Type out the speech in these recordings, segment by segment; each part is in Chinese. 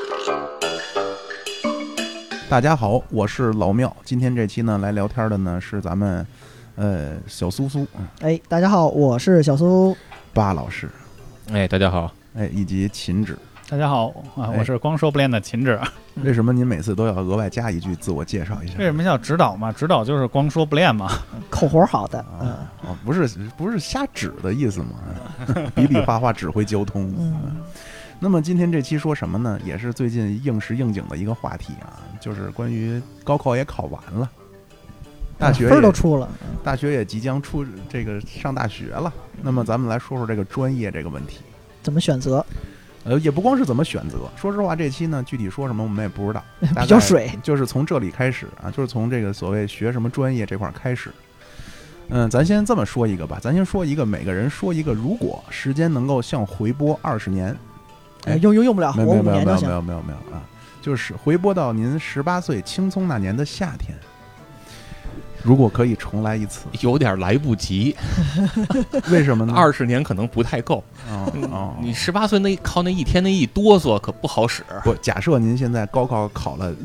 大家好，我是老庙。今天这期呢，来聊天的呢是咱们小苏苏。 哎，大家好，我是小苏。 巴老师。 哎，大家好。 哎，以及秦止。 大家好啊，我是光说不练的秦止。 为什么您每次都要额外加一句自我介绍一下？ 为什么叫指导嘛？指导就是光说不练嘛， 口活好的。 不是瞎指的意思嘛？比比划划指挥交通。那么今天这期说什么呢？也是最近应时应景的一个话题啊，就是关于高考也考完了，大学分都出了， 大学也即将出这个上大学了。那么咱们来说说这个专业这个问题， 怎么选择？ 也不光是怎么选择。说实话，这期呢具体说什么我们也不知道， 比较水， 就是从这里开始啊，就是从这个所谓学什么专业这块开始。咱先这么说一个吧，咱先说一个，每个人说一个，如果时间能够向回拨20年。 用不了， 没有 5年就行。 没有啊，就是回拨到您18岁青葱那年的夏天，如果可以重来一次， 有点来不及。 为什么呢 ？20年可能不太够。你18岁靠那一天那一哆嗦可不好使。 不，假设您现在高考考了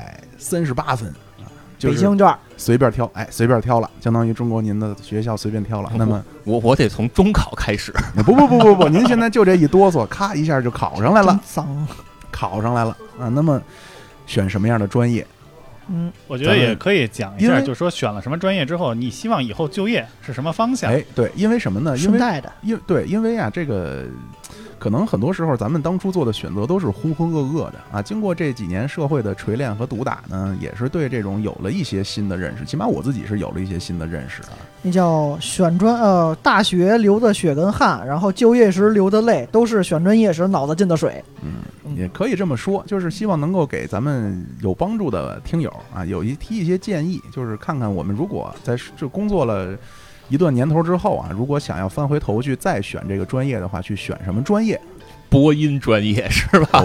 638分。 北京卷随便挑，随便挑了，相当于中国您的学校随便挑了。那么我得从中考开始。 不，您现在就这一哆嗦，咔一下就考上来了，考上来了啊。那么选什么样的专业？ 我觉得也可以讲一下，就是说选了什么专业之后，你希望以后就业是什么方向？ 对，因为什么呢？ 顺带的， 因为啊，这个。可能很多时候咱们当初做的选择都是浑浑噩噩的啊。经过这几年社会的锤炼和毒打呢，也是对这种有了一些新的认识，起码我自己是有了一些新的认识啊。 那叫选大学流的血跟汗，然后就业时流的泪，都是选专业时脑子进的水。 也可以这么说，就是希望能够给咱们有帮助的听友啊，提一些建议，就是看看我们如果在这工作了一段年头之后啊，如果想要翻回头去再选这个专业的话，去选什么专业？ 播音专业是吧？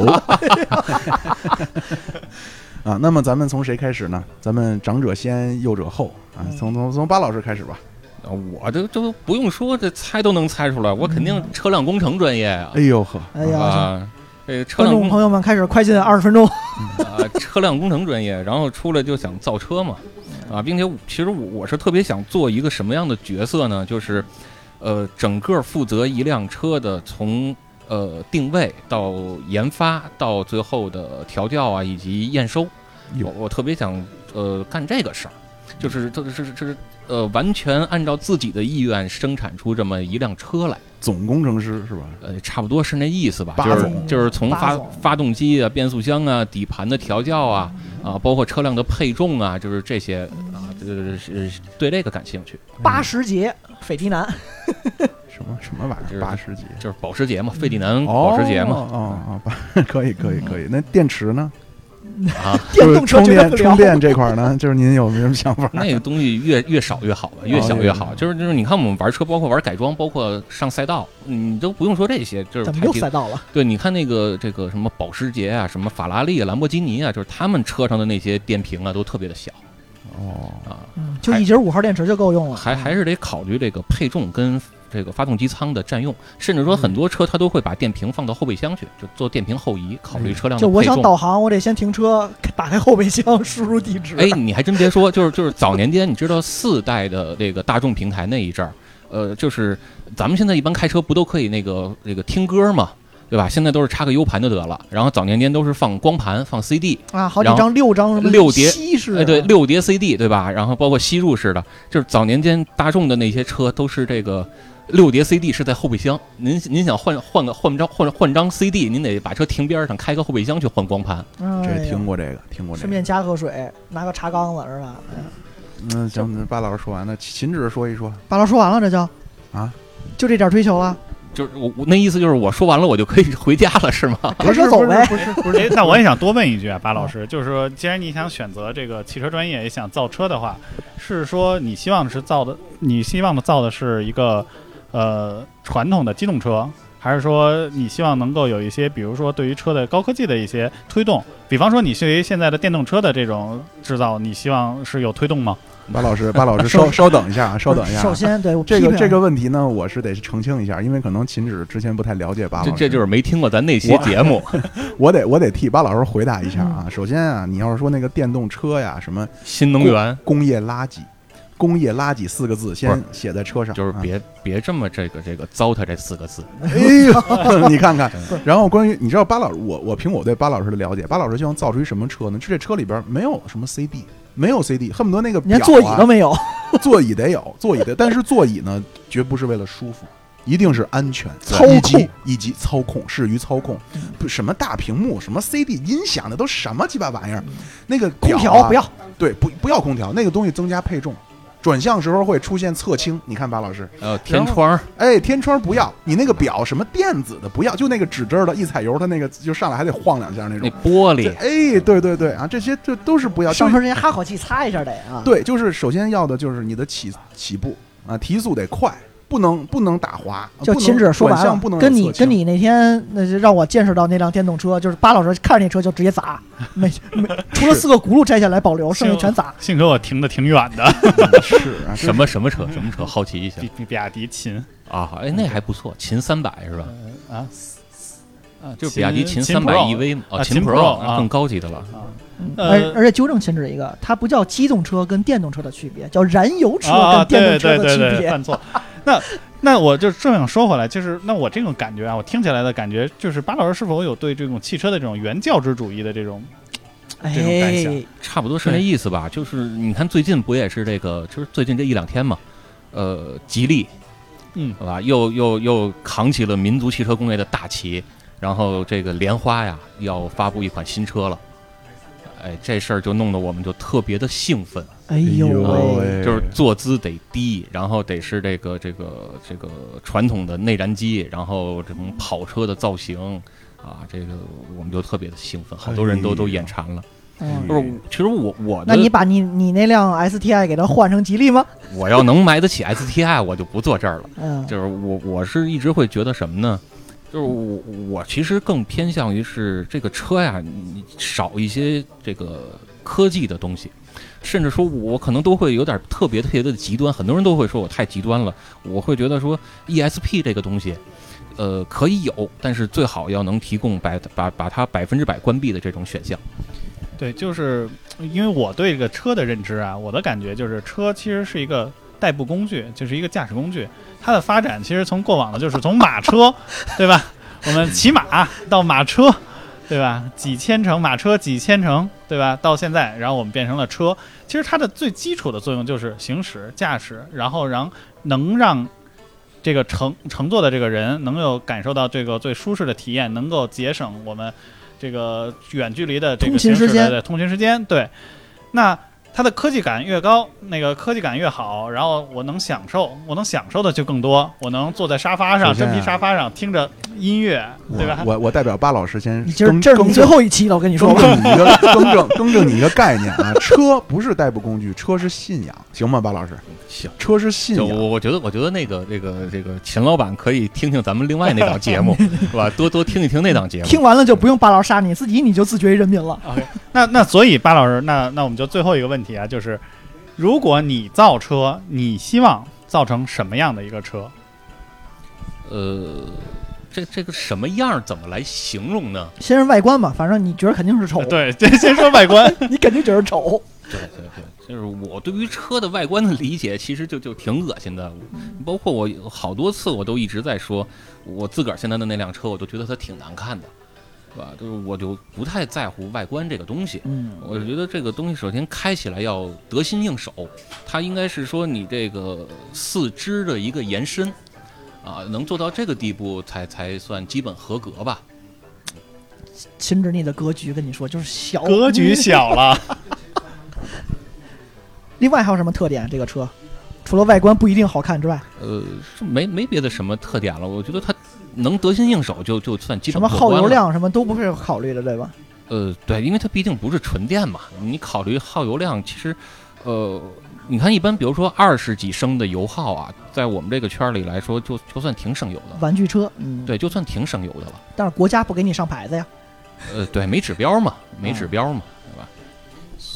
那么咱们从谁开始呢？咱们长者先，幼者后啊，从巴老师开始吧。 我这不用说，这猜都能猜出来，我肯定车辆工程专业啊。 哎呦呵， 观众朋友们开始快进20分钟。 车辆工程专业，然后出来就想造车嘛。并且其实我是特别想做一个什么样的角色呢？就是整个负责一辆车的从定位到研发到最后的调教啊以及验收，我特别想干这个事儿，就是完全按照自己的意愿生产出这么一辆车来。 总工程师是吧？ 差不多是那意思吧。就是从发动机啊、变速箱啊、底盘的调教啊，包括车辆的配重啊，就是这些啊，对这个感兴趣。 80节斐迪南， 什么玩意儿？80节就是保时捷嘛，费迪南保时捷嘛。 可以。那电池呢？ 电动车充电这块呢，就是您有什么想法？ 那个东西越少越好吧，越小越好。就是你看我们玩车，包括玩改装，包括上赛道，你都不用说这些，就是怎么又赛道了？ 对，你看这个什么保时捷啊，什么法拉利、兰博基尼啊，就是他们车上的那些电瓶啊，都特别的小。 就1节5号电池就够用了。 还是得考虑这个配重跟这个发动机舱的占用，甚至说很多车它都会把电瓶放到后备箱去，就做电瓶后移，考虑车辆的配重。 就我想导航，我得先停车，打开后备箱，输入地址。 你还真别说，就是早年间，你知道4代的这个大众平台那一阵儿，就是咱们现在一般开车不都可以那个听歌吗？对吧？现在都是插个 U 盘就得了，然后早年间都是放光盘、放 CD 啊，好几张6张 6碟吸式， 对，6碟 CD 对吧？然后包括吸入式的，就是早年间大众的那些车都是这个6碟 CD 是在后备箱。您想换张 CD， 您得把车停边上，开个后备箱去换光盘。 这听过这个， 顺便加口水，拿个茶缸子是吧？ 行，巴老师说完了，秦止说一说。 巴老师说完了，这就就这点追求了。 就是我那意思就是我说完了我就可以回家了是吗？ 开车走呗。 不是，那我也想多问一句啊，巴老师，就是说，既然你想选择这个汽车专业，也想造车的话，是说你希望的造的是一个传统的机动车，还是说你希望能够有一些，比如说对于车的高科技的一些推动？比方说你对于现在的电动车的这种制造，你希望是有推动吗？ 巴老师稍等一下啊，稍等一下。 首先，对这个问题呢，我是得澄清一下，因为可能秦止之前不太了解巴老师， 这就是没听过咱那期节目。 我得替巴老师回答一下啊。首先啊，你要是说那个电动车呀，什么新能源、 工业垃圾4个字先写在车上， 就是别这么这个糟蹋这4个字。 哎呦，你看看。然后关于你知道巴老，我凭我对巴老师的了解，巴老师希望造出一什么车呢？就这车里边没有什么 CD。没有 CD， 恨不得那个连座椅都没有。 座椅得有，但是座椅呢，绝不是为了舒服，一定是安全、 操控以及操控，适于操控。什么大屏幕、什么 CD 音响的都什么鸡巴玩意儿？那个空调不要， 对，不要空调，那个东西增加配重。转向时候会出现侧倾，你看巴老师， 天窗， 天窗不要，你那个表什么电子的不要，就那个纸质的，一踩油它那个就上来还得晃2下那种。 那玻璃， 对啊，这些就都是不要。 上车之前哈口气擦一下得啊。 对，就是首先要的就是你的起步啊，提速得快。不能打滑， 就秦止说白了，跟你那天那让我见识到那辆电动车，就是巴老师看着那车就直接砸，没除了4个轱辘摘下来保留，剩下全砸。 幸亏我停的挺远的。 是啊， 什么车？好奇一下。 比亚迪秦啊，哎，那还不错，秦300是吧？就是比亚迪秦 300 EV 啊，秦 Pro 更高级的了。 而且纠正秦止一个，它不叫机动车跟电动车的区别，叫燃油车跟电动车的区别。 犯错。那我就这样说回来，就是那我这种感觉啊，我听起来的感觉就是巴老师是否有对这种汽车的这种原教旨主义的这种感想？ 差不多是那意思吧。就是你看最近不也是这个，就是最近这1-2天嘛，吉利，对吧？又扛起了民族汽车工业的大旗，然后这个莲花呀要发布一款新车了。哎，这事儿就弄得我们就特别的兴奋。 哎呦喂， 就是坐姿得低，然后得是这个传统的内燃机，然后这种跑车的造型啊，这个我们就特别的兴奋，好多人都眼馋了。不是，其实我那你把你那辆 STI 给它换成吉利吗？ 我要能买得起 STI， 我就不坐这儿了。就是我是一直会觉得什么呢？就是我其实更偏向于是这个车呀，你少一些这个科技的东西，甚至说我可能都会有点特别的极端。很多人都会说我太极端了，我会觉得说 ESP 这个东西，可以有，但是最好要能提供把它100%关闭的这种选项。 对，就是因为我对这个车的认知啊，我的感觉就是车其实是一个代步工具，就是一个驾驶工具。它的发展其实从过往的就是从马车，对吧？我们骑马到马车，对吧？几千乘马车，几千乘，对吧？到现在，然后我们变成了车。其实它的最基础的作用就是行驶、驾驶，然后能让这个乘坐的这个人能够感受到这个最舒适的体验，能够节省我们这个远距离的这个行驶的通勤时间。对，那它的科技感越高，那个科技感越好，然后我能享受的就更多。我能坐在沙发上，真皮沙发上听着音乐，对吧？ 我代表巴老师先， 这是你最后一期了，我跟你说， 更正你一个概念啊，车不是代步工具，车是信仰，行吗？巴老师， 行， 车是信仰。 我觉得那个秦老板可以听听咱们另外那档节目，是吧？多听一听那档节目， 听完了就不用巴老师杀你自己，你就自绝于人民了。 OK， 那所以巴老师，那我们就最后一个问题啊，就是如果你造车，你希望造成什么样的一个车？ 这个什么样怎么来形容呢？ 先是外观吧，反正你觉得肯定是丑。 对，先说外观， 你肯定觉得丑。 对，就是我对于车的外观的理解，其实就挺恶心的。包括我好多次我都一直在说，我自个儿现在的那辆车，我都觉得它挺难看的。对吧？就是我就不太在乎外观这个东西，我觉得这个东西首先开起来要得心应手，它应该是说你这个四肢的一个延伸，啊，能做到这个地步才算基本合格吧。 秦止你的格局跟你说就是小， 格局小了。 另外还有什么特点？这个车除了外观不一定好看之外， 没别的什么特点了。我觉得它能得心应手就算基本什么耗油量什么都不是考虑的，对吧？ 对，因为它毕竟不是纯电嘛，你考虑耗油量，其实你看一般比如说20几升的油耗啊，在我们这个圈里来说就算挺省油的。 玩具车， 对，就算挺省油的了。 但是国家不给你上牌子呀。 对，没指标嘛，对吧？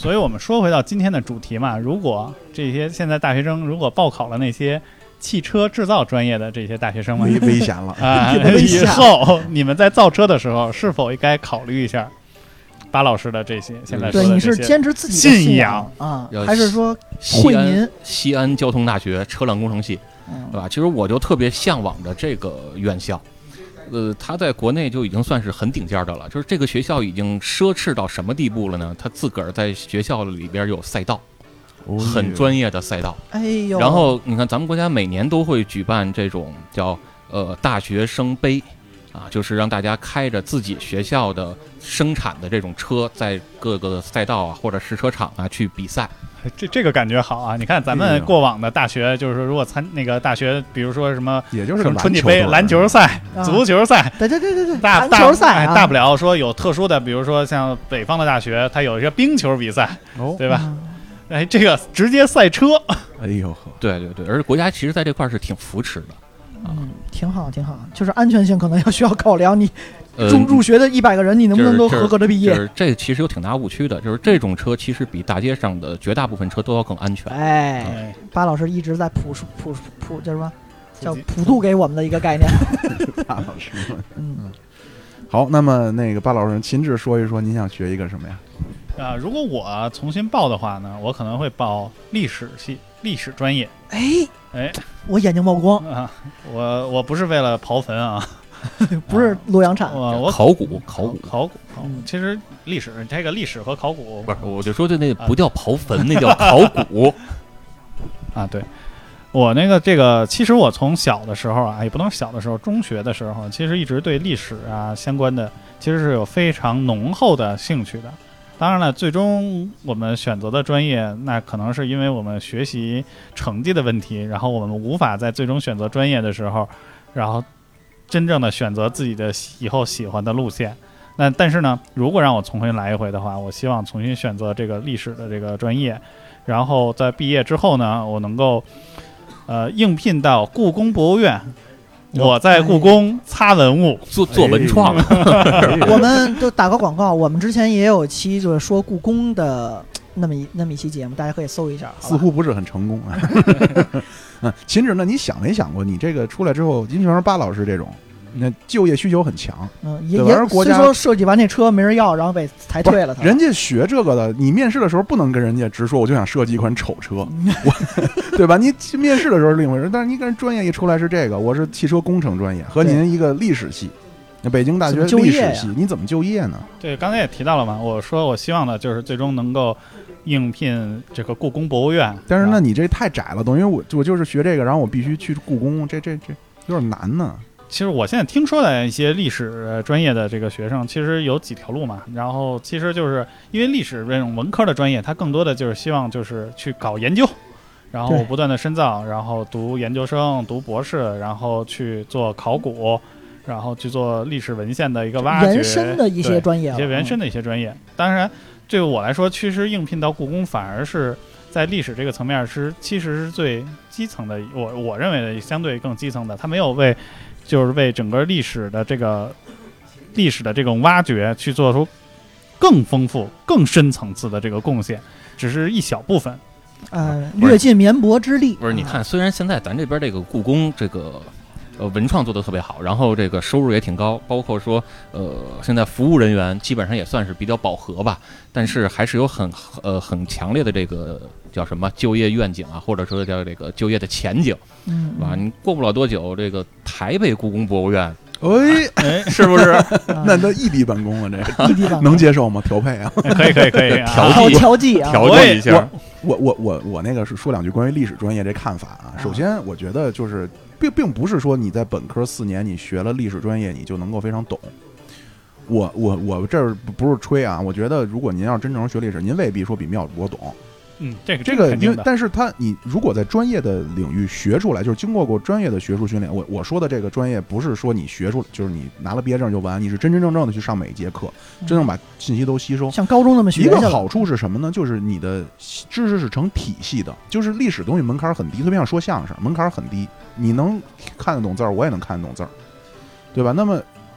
所以我们说回到今天的主题嘛，如果这些现在大学生如果报考了那些汽车制造专业的这些大学生们， 危险了啊！以后你们在造车的时候，是否应该考虑一下巴老师的这些现在说的这些？ 对，你是坚持自己的信仰啊，还是说惠民？ 西安交通大学车辆工程系，对吧？其实我就特别向往着这个院校。他在国内就已经算是很顶尖的了，就是这个学校已经奢侈到什么地步了呢？他自个儿在学校里边有赛道，很专业的赛道。 哎呦， 然后你看咱们国家每年都会举办这种叫大学生杯啊，就是让大家开着自己学校的生产的这种车，在各个赛道啊或者试车场啊去比赛。 这个感觉好啊！你看咱们过往的大学，就是说如果那个大学，比如说什么， 也就是春季杯、篮球赛、足球赛， 对， 篮球赛， 大不了说有特殊的，比如说像北方的大学，它有一些冰球比赛，对吧？哎，这个直接赛车， 哎呦， 对，而且国家其实在这块是挺扶持的。 挺好，就是安全性可能需要考量。你入学的100个人，你能不能都合格的毕业？ 这其实有挺大误区的，就是这种车其实比大街上的绝大部分车都要更安全。 哎，巴老师一直在普叫什么？叫普渡给我们的一个概念。 巴老师，好，那么那个巴老师亲自说一说，您想学一个什么呀？ 如果我重新报的话呢，我可能会报历史系，历史专业。哎， 我眼睛冒光啊！我不是为了刨坟啊， 不是洛阳铲， 我考古。 其实历史这个历史和考古不是，我就说那不叫刨坟，那叫考古啊。对，我这个，其实我从小的时候啊，也不能小的时候，中学的时候，其实一直对历史啊相关的，其实是有非常浓厚的兴趣的。当然了，最终我们选择的专业，那可能是因为我们学习成绩的问题，然后我们无法在最终选择专业的时候，然后真正的选择自己的以后喜欢的路线。但是呢，如果让我重新来一回的话，我希望重新选择这个历史的这个专业，然后在毕业之后呢，我能够应聘到故宫博物院。我在故宫擦文物， 做文创。 我们都打个广告，我们之前也有期就是说故宫的那么一期节目，大家可以搜一下。 似乎不是很成功啊。秦止，那你想没想过，你这个出来之后，因为像巴老师这种，那就业需求很强， 也虽说设计完那车没人要，然后被裁退了他。 人家学这个的，你面试的时候不能跟人家直说，我就想设计一款丑车，对吧？你面试的时候另一回事，但是你跟人专业一出来是这个，我是汽车工程专业，和您一个历史系，北京大学历史系，你怎么就业呢？ 对，刚才也提到了嘛，我说我希望的就是最终能够应聘这个故宫博物院。 但是那你这太窄了，等于我就是学这个，然后我必须去故宫，这有点难呢。 其实我现在听说的一些历史专业的这个学生，其实有几条路嘛。然后其实就是因为历史这种文科的专业，它更多的就是希望就是去搞研究，然后不断的深造，然后读研究生、读博士，然后去做考古，然后去做历史文献的一个挖掘， 原生的一些专业， 一些原生的一些专业。当然，对我来说，其实应聘到故宫反而是在历史这个层面其实是最基层的，我认为的相对更基层的，它没有就是为整个历史的这种挖掘去做出更丰富、更深层次的这个贡献，只是一小部分。 略尽绵薄之力。 不是，你看，虽然现在咱这边这个故宫这个文创做得特别好，然后这个收入也挺高，包括说现在服务人员基本上也算是比较饱和吧，但是还是有很强烈的这个叫什么就业愿景啊，或者说叫这个就业的前景，吧？你过不了多久，这个台北故宫博物院，是不是？ 那异地办公啊，这个能接受吗？调配啊， 可以， 调剂啊， 调剂一下。 我那个是说两句关于历史专业这看法啊。首先，我觉得就是并不是说你在本科4年你学了历史专业你就能够非常懂。我这不是吹啊，我觉得如果您要真正学历史，您未必说比妙主播懂。这个因为但是你如果在专业的领域学出来，就是经过专业的学术训练，我说的这个专业不是说你学出就是你拿了毕业证就完，你是真正的去上每一节课，真正把信息都吸收， 像高中那么学。 一个好处是什么呢？就是你的知识是成体系的，就是历史东西门槛很低，特别像说相声门槛很低，你能看得懂字儿，我也能看得懂字儿，对吧？那么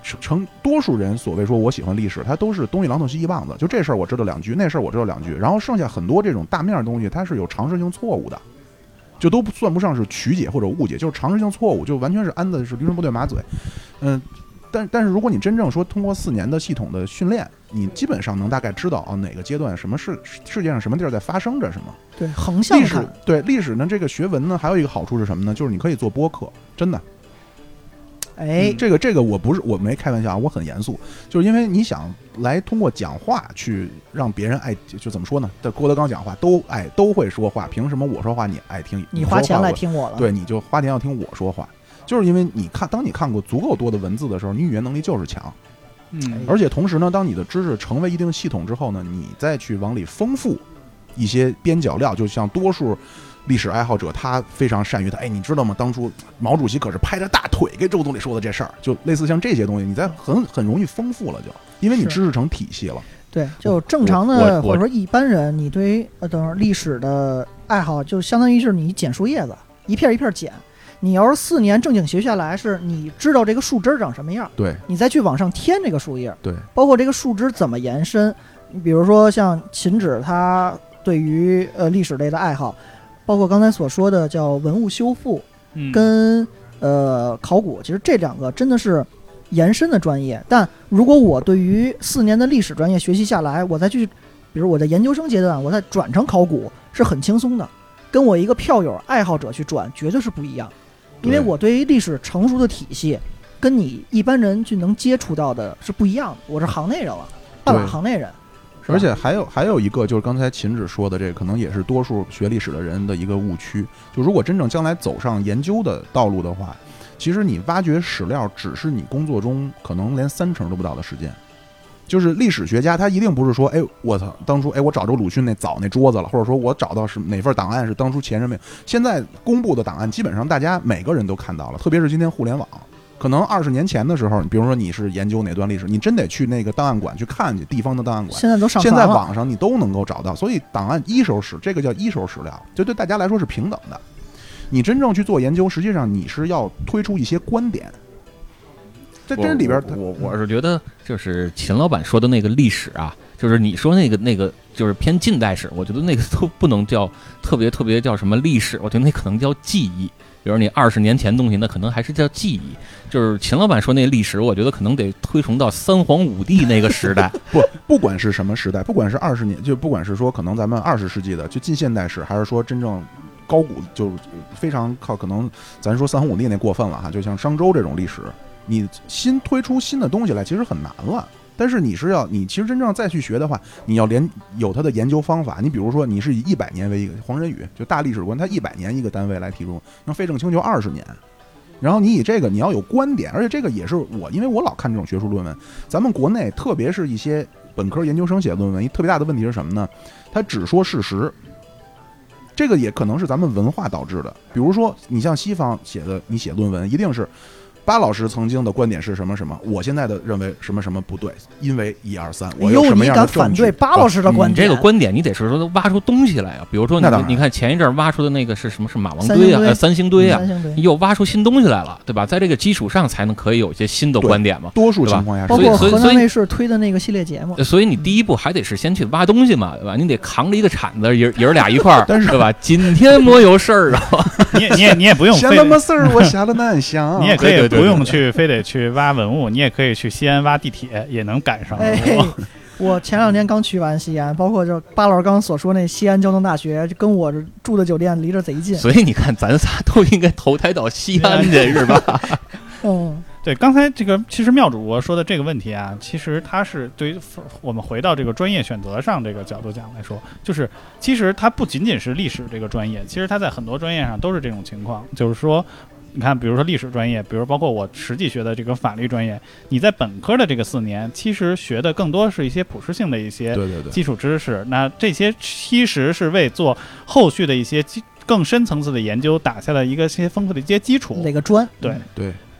多数人所谓说我喜欢历史，他都是东一榔头西一棒子，就这事儿我知道2句，那事儿我知道2句，然后剩下很多这种大面的东西，它是有常识性错误的，就都算不上是曲解或者误解，就是常识性错误，就完全是安的是驴唇不对马嘴。但是如果你真正说通过4年的系统的训练，你基本上能大概知道哪个阶段什么世界上什么地儿在发生着什么。 对，横向看。 历史呢，这个学文呢，还有一个好处是什么呢？就是你可以做播客，真的。这个我没开玩笑，我很严肃，就是因为你想来通过讲话去让别人爱，就怎么说呢？在郭德纲讲话都会说话，凭什么我说话你爱听？ 你花钱来听我了， 对，你就花钱要听我说话，就是因为当你看过足够多的文字的时候，你语言能力就是强。而且同时呢，当你的知识成为一定系统之后呢，你再去往里丰富一些边角料，就像多数历史爱好者他非常善于的，你知道吗？当初毛主席可是拍着大腿给周总理说的这事儿，就类似像这些东西，你在很容易丰富了，就因为你知识成体系了。 对，就正常的或者说一般人，你对于历史的爱好，就相当于是你捡树叶子，一片一片捡。你要是4年正经学下来，是你知道这个树枝长什么样， 对， 你再去往上添这个树叶， 对， 包括这个树枝怎么延伸。你比如说像秦止，他对于历史类的爱好，包括刚才所说的叫文物修复，跟考古，其实这2个真的是延伸的专业。但如果我对于4年的历史专业学习下来，我再去，比如我在研究生阶段，我再转成考古，是很轻松的，跟我一个票友爱好者去转绝对是不一样。因为我对于历史成熟的体系，跟你一般人去能接触到的是不一样的。我是行内人了，半拉行内人。 而且还有一个就是刚才秦止说的，这可能也是多数学历史的人的一个误区。就如果真正将来走上研究的道路的话，其实你挖掘史料只是你工作中可能连30%都不到的时间。就是历史学家他一定不是说，我操，当初我找着鲁迅那桌子了，或者说我找到是哪份档案是当初前人没有。现在公布的档案基本上大家每个人都看到了，特别是今天互联网。可能20年前的时候，比如说你是研究哪段历史，你真得去那个档案馆去看去，地方的档案馆。 现在都上传了， 现在网上你都能够找到，所以档案一手史，这个叫一手史料，就对大家来说是平等的。你真正去做研究，实际上你是要推出一些观点。这里边我是觉得，就是秦老板说的那个历史啊，就是你说那个就是偏近代史，我觉得那个都不能叫特别叫什么历史，我觉得那可能叫记忆。比如你20年前东西，那可能还是叫记忆。就是秦老板说那个历史，我觉得可能得推崇到3皇5帝那个时代。 不管是什么时代，不管是20年，就不管是说可能咱们20世纪的就近现代史，还是说真正高古，就非常靠可能咱说3皇5帝那过分了哈，就像商周这种历史。你新推出新的东西来，其实很难了。但是你其实真正再去学的话，你要有它的研究方法。你比如说，你是以100年为一个黄仁宇，就大历史观，他100年一个单位来提出，那费正清就20年。然后你以这个你要有观点，而且这个也是因为我老看这种学术论文，咱们国内特别是一些本科研究生写论文，一特别大的问题是什么呢？他只说事实。这个也可能是咱们文化导致的。比如说，你像西方你写论文一定是。巴老师曾经的观点是什么什么，我现在的认为什么什么不对，因为1、2、3，我有什么样的证据？ 你敢反对巴老师的观点？ 你这个观点，你得是说挖出东西来啊。比如说你看前一阵挖出的那个是什么？是马王堆啊，三星堆啊，你又挖出新东西来了，对吧？在这个基础上才能可以有一些新的观点嘛。 多数情况下， 包括河南卫视推的那个系列节目。 所以你第一步还得是先去挖东西嘛，对吧？你得扛着一个铲子，爷儿俩一块儿，对吧？今天没有事儿啊， 你也不用想那么事儿，我瞎了难想。 你也可以不用去非得去挖文物，你也可以去西安挖地铁，也能赶上。 我前2天刚去完西安，包括就巴老师刚刚所说那西安交通大学，跟我住的酒店离着贼近。 所以你看，咱仨都应该投胎到西安去，是吧？ 对，刚才这个其实妙主播说的这个问题啊，其实它是对于我们回到这个专业选择上这个角度讲来说，就是其实它不仅仅是历史这个专业，其实它在很多专业上都是这种情况，就是说。你看，比如说历史专业，比如包括我实际学的这个法律专业，你在本科的这个4年，其实学的更多是一些普适性的一些基础知识。那这些其实是为做后续的一些更深层次的研究打下了一些丰富的一些基础。 哪个专？ 对。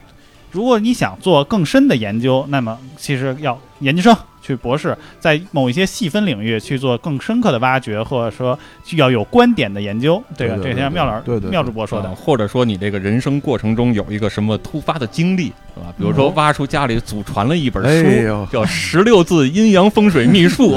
如果你想做更深的研究，那么其实要研究生去博士，在某一些细分领域去做更深刻的挖掘，或者说要有观点的研究。这个这像妙主播说的， 或者说你这个人生过程中有一个什么突发的经历，是吧？比如说挖出家里祖传了一本书，叫《16字阴阳风水秘术》。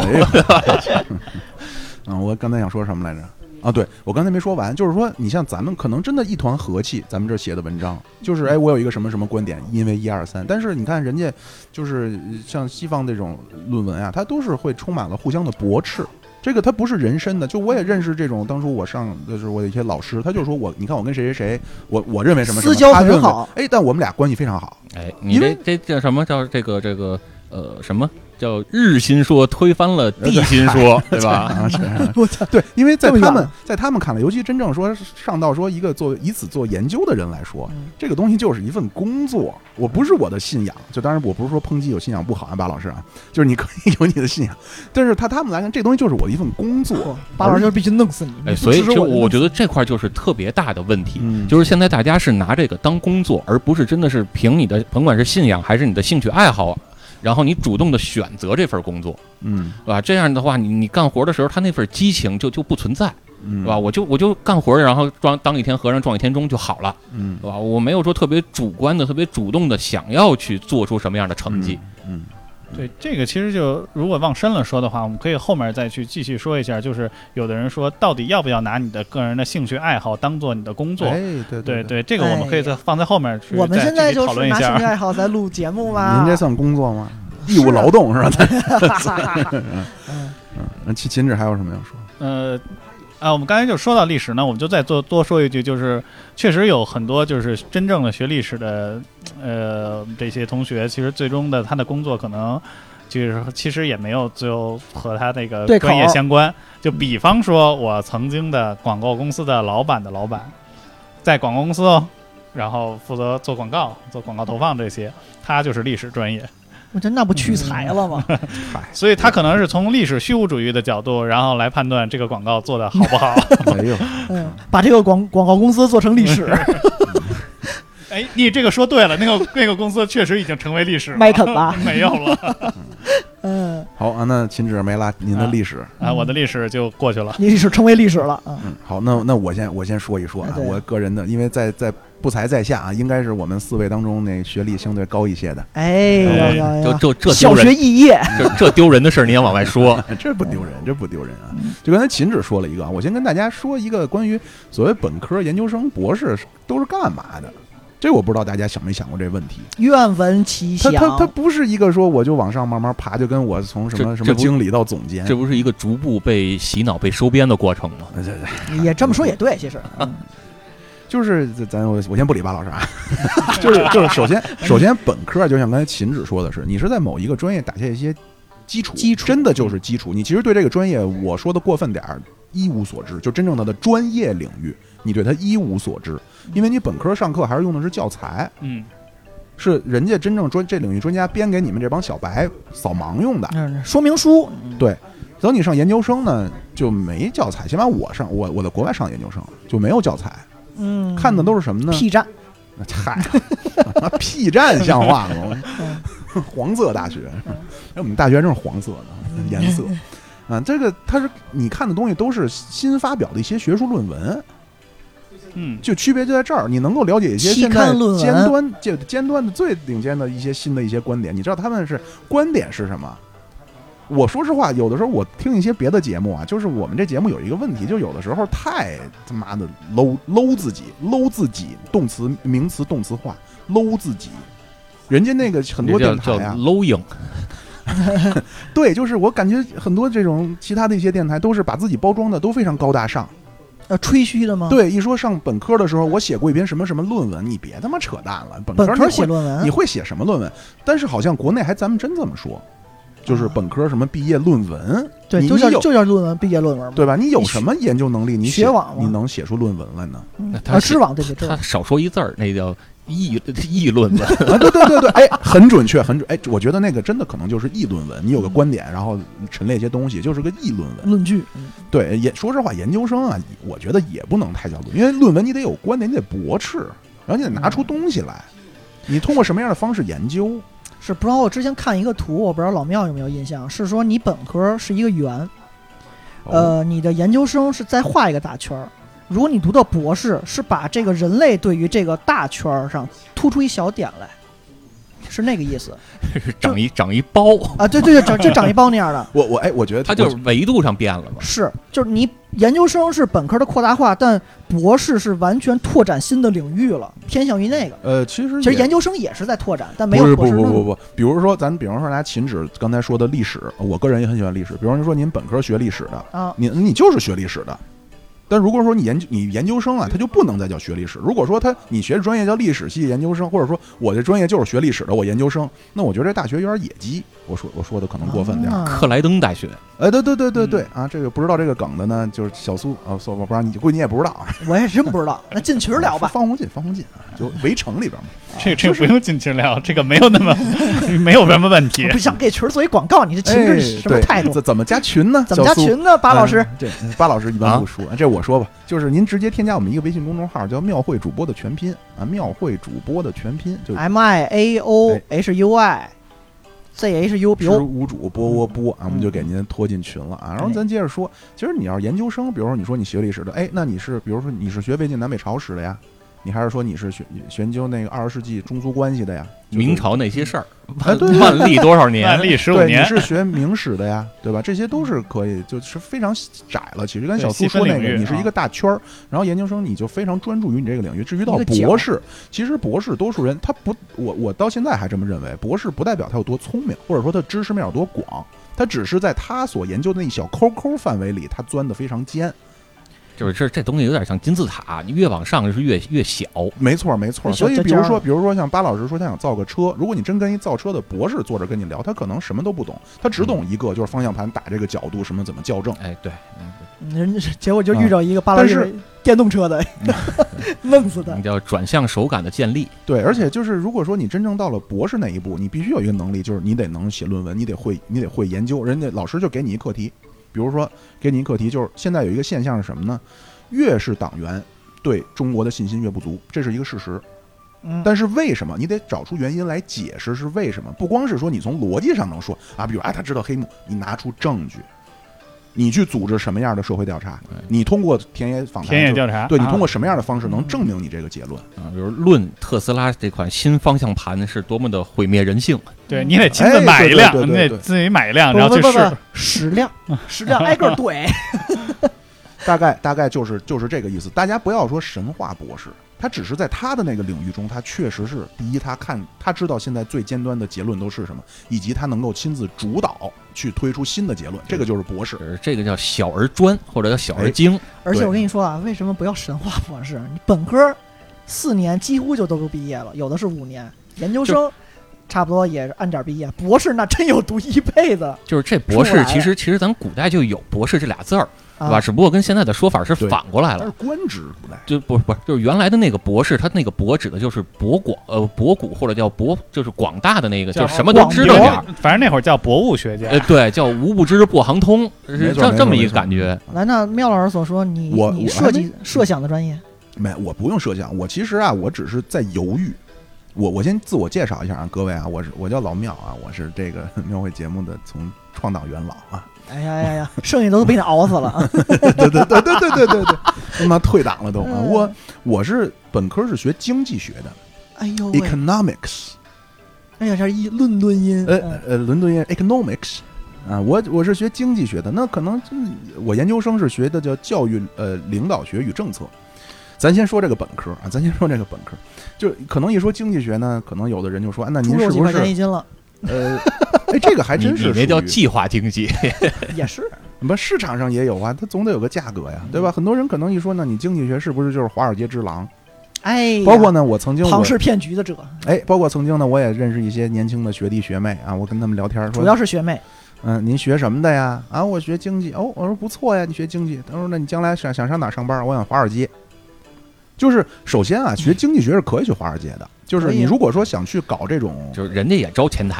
我刚才想说什么来着？啊，对，我刚才没说完，就是说，你像咱们可能真的一团和气，咱们这写的文章，就是我有一个什么什么观点，因为1、2、3，但是你看人家就是像西方这种论文啊，它都是会充满了互相的驳斥，这个它不是人参的。就我也认识这种，当初我上就是我的一些老师，他就说你看我跟谁谁谁，我认为什么什么， 私交很好， 但我们俩关系非常好。 你这叫什么叫这个什么？叫日心说推翻了地心说，对吧？ 对，因为在他们看来，尤其真正说上到说一个以此做研究的人来说，这个东西就是一份工作。我不是我的信仰，就当然我不是说抨击有信仰不好啊，巴老师啊，就是你可以有你的信仰，但是他们来看，这东西就是我的一份工作。 巴老师就必须弄死你。 所以就我觉得这块就是特别大的问题，就是现在大家是拿这个当工作，而不是真的是凭你的甭管是信仰还是你的兴趣爱好。然后你主动的选择这份工作，对吧？这样的话，你干活的时候，他那份激情就不存在，对吧？我就干活，然后当一天和尚撞一天钟就好了，对吧？我没有说特别主观的、特别主动的想要去做出什么样的成绩， 对，这个其实就如果往深了说的话，我们可以后面再去继续说一下，就是有的人说到底要不要拿你的个人的兴趣爱好当做你的工作？对，这个我们可以再放在后面去我们现在就是拿兴趣爱好在录节目吗？ 您这算工作吗？义务劳动是吧？秦止还有什么要说？ 我们刚才就说到历史呢，我们就再多说一句，就是确实有很多就是真正的学历史的这些同学，其实最终的他的工作可能就是其实也没有最后和他那个专业相关。就比方说我曾经的广告公司的老板的老板，在广告公司然后负责做广告、做广告投放这些，他就是历史专业。 我觉得那不屈才了吗？ 所以他可能是从历史虚无主义的角度，然后来判断这个广告做的好不好。 把这个广告公司做成历史。 你这个说对了，那个公司确实已经成为历史了。 麦肯吧？ 没有了。 好啊，那秦止没了，您的历史我的历史就过去了， 你历史成为历史了。 好，那我先说一说啊，我个人的，因为在不才在下啊，应该是我们4位当中那学历相对高一些的。 这小学肄业， 这丢人的事儿你也往外说， 这不丢人啊！就刚才秦止说了一个，我先跟大家说一个关于所谓本科、研究生、博士都是干嘛的。这我不知道大家想没想过这问题。 愿闻其详。 它不是一个说我就往上慢慢爬，就跟我从什么经理到总监， 这不是一个逐步被洗脑、被收编的过程吗？ 对， 也这么说也对，其实。 就是我先不理巴老师啊，就是首先本科就像刚才秦止说的是，你是在某一个专业打下一些基础，真的就是基础。你其实对这个专业，我说的过分点一无所知，就真正的专业领域，你对它一无所知，因为你本科上课还是用的是教材，是人家真正这领域专家编给你们这帮小白扫盲用的说明书。 对，等你上研究生呢，就没教材。起码我在国外上研究生就没有教材。看的都是什么呢？ 屁站， 嗨，屁站像话吗？黄色大学，我们大学真是黄色的颜色啊。这个它是你看的东西都是新发表的一些学术论文，就区别就在这儿。你能够了解一些现在尖端的最顶尖的一些新的一些观点，你知道他们是观点是什么？我说实话，有的时候我听一些别的节目啊，就是我们这节目有一个问题，就有的时候太他妈的 low 自己，动词名词动词化 low 自己，人家那个很多电台啊 lowing， 对，就是我感觉很多这种其他的一些电台都是把自己包装的都非常高大上。 吹嘘的吗？ 对，一说上本科的时候，我写过一篇什么什么论文，你别他妈扯淡了。本科写论文， 你会写什么论文？但是好像国内还咱们真这么说。就是本科什么毕业论文， 对，就叫论文，毕业论文， 对吧？你有什么研究能力？你学网， 你能写出论文来呢？ 知网对， 他少说一字儿，那叫议论文啊！对，很准确，很准。我觉得那个真的可能就是议论文。你有个观点，然后陈列一些东西，就是个议论文、 论据。 对，也说实话，研究生啊，我觉得也不能太叫论，因为论文你得有观点，你得驳斥，然后你得拿出东西来。 你通过什么样的方式研究？ 是不知道我之前看一个图，我不知道老庙有没有印象，是说你本科是一个圆，你的研究生是再画一个大圈儿。如果你读到博士，是把这个人类对于这个大圈儿上突出一小点来，是那个意思。 长一包啊，对对对，就长一包那样的。 我觉得它就是维度上变了嘛。 是，就是你研究生是本科的扩大化，但博士是完全拓展新的领域了，偏向于那个。 其实研究生也是在拓展，但没有博士不，比如说比方说拿秦止刚才说的历史，我个人也很喜欢历史。比方说您本科学历史的啊， 你就是学历史的。但如果说你研究生啊，他就不能再叫学历史。如果说你学的专业叫历史系研究生，或者说我这专业就是学历史的，我研究生，那我觉得这大学有点野鸡。我说的可能过分点。 克莱登大学， 对啊，这个不知道这个梗的呢，就是小苏啊，我不知道你估计你也不知道啊， 我也真不知道。那进群聊吧， 方鸿渐啊，就围城里边嘛。 这个不用进群聊，这个没有那么没有什么问题。 不想给群做一广告，你这群是什么态度？ 怎么加群呢？ 怎么加群呢？巴老师， 这巴老师一般不说，这我说吧，就是您直接添加我们一个微信公众号，叫庙会主播的全拼啊，庙会主播的全拼就 MIAOHUI。ZHU 知无主播啊，我们就给您拖进群了啊。然后咱接着说，其实你要是研究生，比如说你说你学历史的，那你是比如说你是学魏晋南北朝史的呀，你还是说你是研究那个20世纪中苏关系的呀？ 明朝那些事儿， 对万历多少年？ 万历15年。 你是学明史的呀，对吧？这些都是可以，就是非常窄了。其实跟小苏说那个，你是一个大圈儿，然后研究生你就非常专注于你这个领域。至于到博士，其实博士多数人他不，我到现在还这么认为，博士不代表他有多聪明，或者说他知识面有多广，他只是在他所研究的那一小抠范围里，他钻得非常尖。 就是这东西有点像金字塔，你越往上是越小。 没错。所以比如说像巴老师说他想造个车，如果你真跟一造车的博士坐着跟你聊，他可能什么都不懂，他只懂一个就是方向盘打这个角度什么怎么校正。 对， 结果就遇着一个巴老师电动车的，弄死他。 你叫转向手感的建立。 对，而且就是如果说你真正到了博士那一步，你必须有一个能力，就是你得能写论文，你得会研究。人家老师就给你一课题。比如说，给你一课题，就是现在有一个现象是什么呢？越是党员对中国的信心越不足，这是一个事实。但是为什么？你得找出原因来解释是为什么。不光是说你从逻辑上能说啊，比如他知道黑幕，你拿出证据，你去组织什么样的社会调查，你通过田野访谈、 田野调查， 对你通过什么样的方式能证明你这个结论啊？比如论特斯拉这款新方向盘是多么的毁灭人性。 对你得亲自买一辆，你得自己买一辆，然后去试10辆挨个怼。 大概就是这个意思。大家不要说神话博士，他只是在他的那个领域中，他确实是第一，他知道现在最尖端的结论都是什么，以及他能够亲自主导去推出新的结论，这个就是博士。 这个叫小而专，或者叫小而精。 而且我跟你说啊，为什么不要神话博士？你本科4年几乎就都毕业了，有的是5年，研究生差不多也是按点毕业，博士那真有读一辈子。 就是这博士，其实咱古代就有博士这俩字儿，对吧？只不过跟现在的说法是反过来了。 是官职古代就不是，就是原来的那个博士，他那个博指的就是博古或者叫博，就是广大的那个，就什么都知道点。 反正那会儿叫博物学家。 对，叫无不知不行通，是这么一个感觉。 来，那妙老师所说，你设想的专业？ 没，我不用设想，我其实啊，我只是在犹豫。我先自我介绍一下啊，各位啊，我叫老庙啊，我是这个庙会节目的从创党元老啊。 哎呀，剩下都被你熬死了。 对，他妈退党了都啊！我是本科是学经济学的， 哎呦 ，economics。 哎呀，这是伦敦音， 伦敦音 economics 啊，我是学经济学的，那可能我研究生是学的叫教育领导学与政策。咱先说这个本科啊，就可能一说经济学呢，可能有的人就说，那您是不是猪肉几块钱一斤了？ 这个还真是， 你那叫计划经济， 也是。 不，市场上也有啊，它总得有个价格呀，对吧？很多人可能一说呢，你经济学是不是就是华尔街之狼？ 哎， 包括呢，我曾经庞氏骗局的者， 包括曾经呢，我也认识一些年轻的学弟学妹啊，我跟他们聊天说， 主要是学妹。 您学什么的呀？啊，我学经济。哦，我说不错呀，你学经济。他说，那你将来想上哪上班？我想华尔街。就是首先啊，学经济学是可以去华尔街的。就是你如果说想去搞这种， 就是人家也招前台。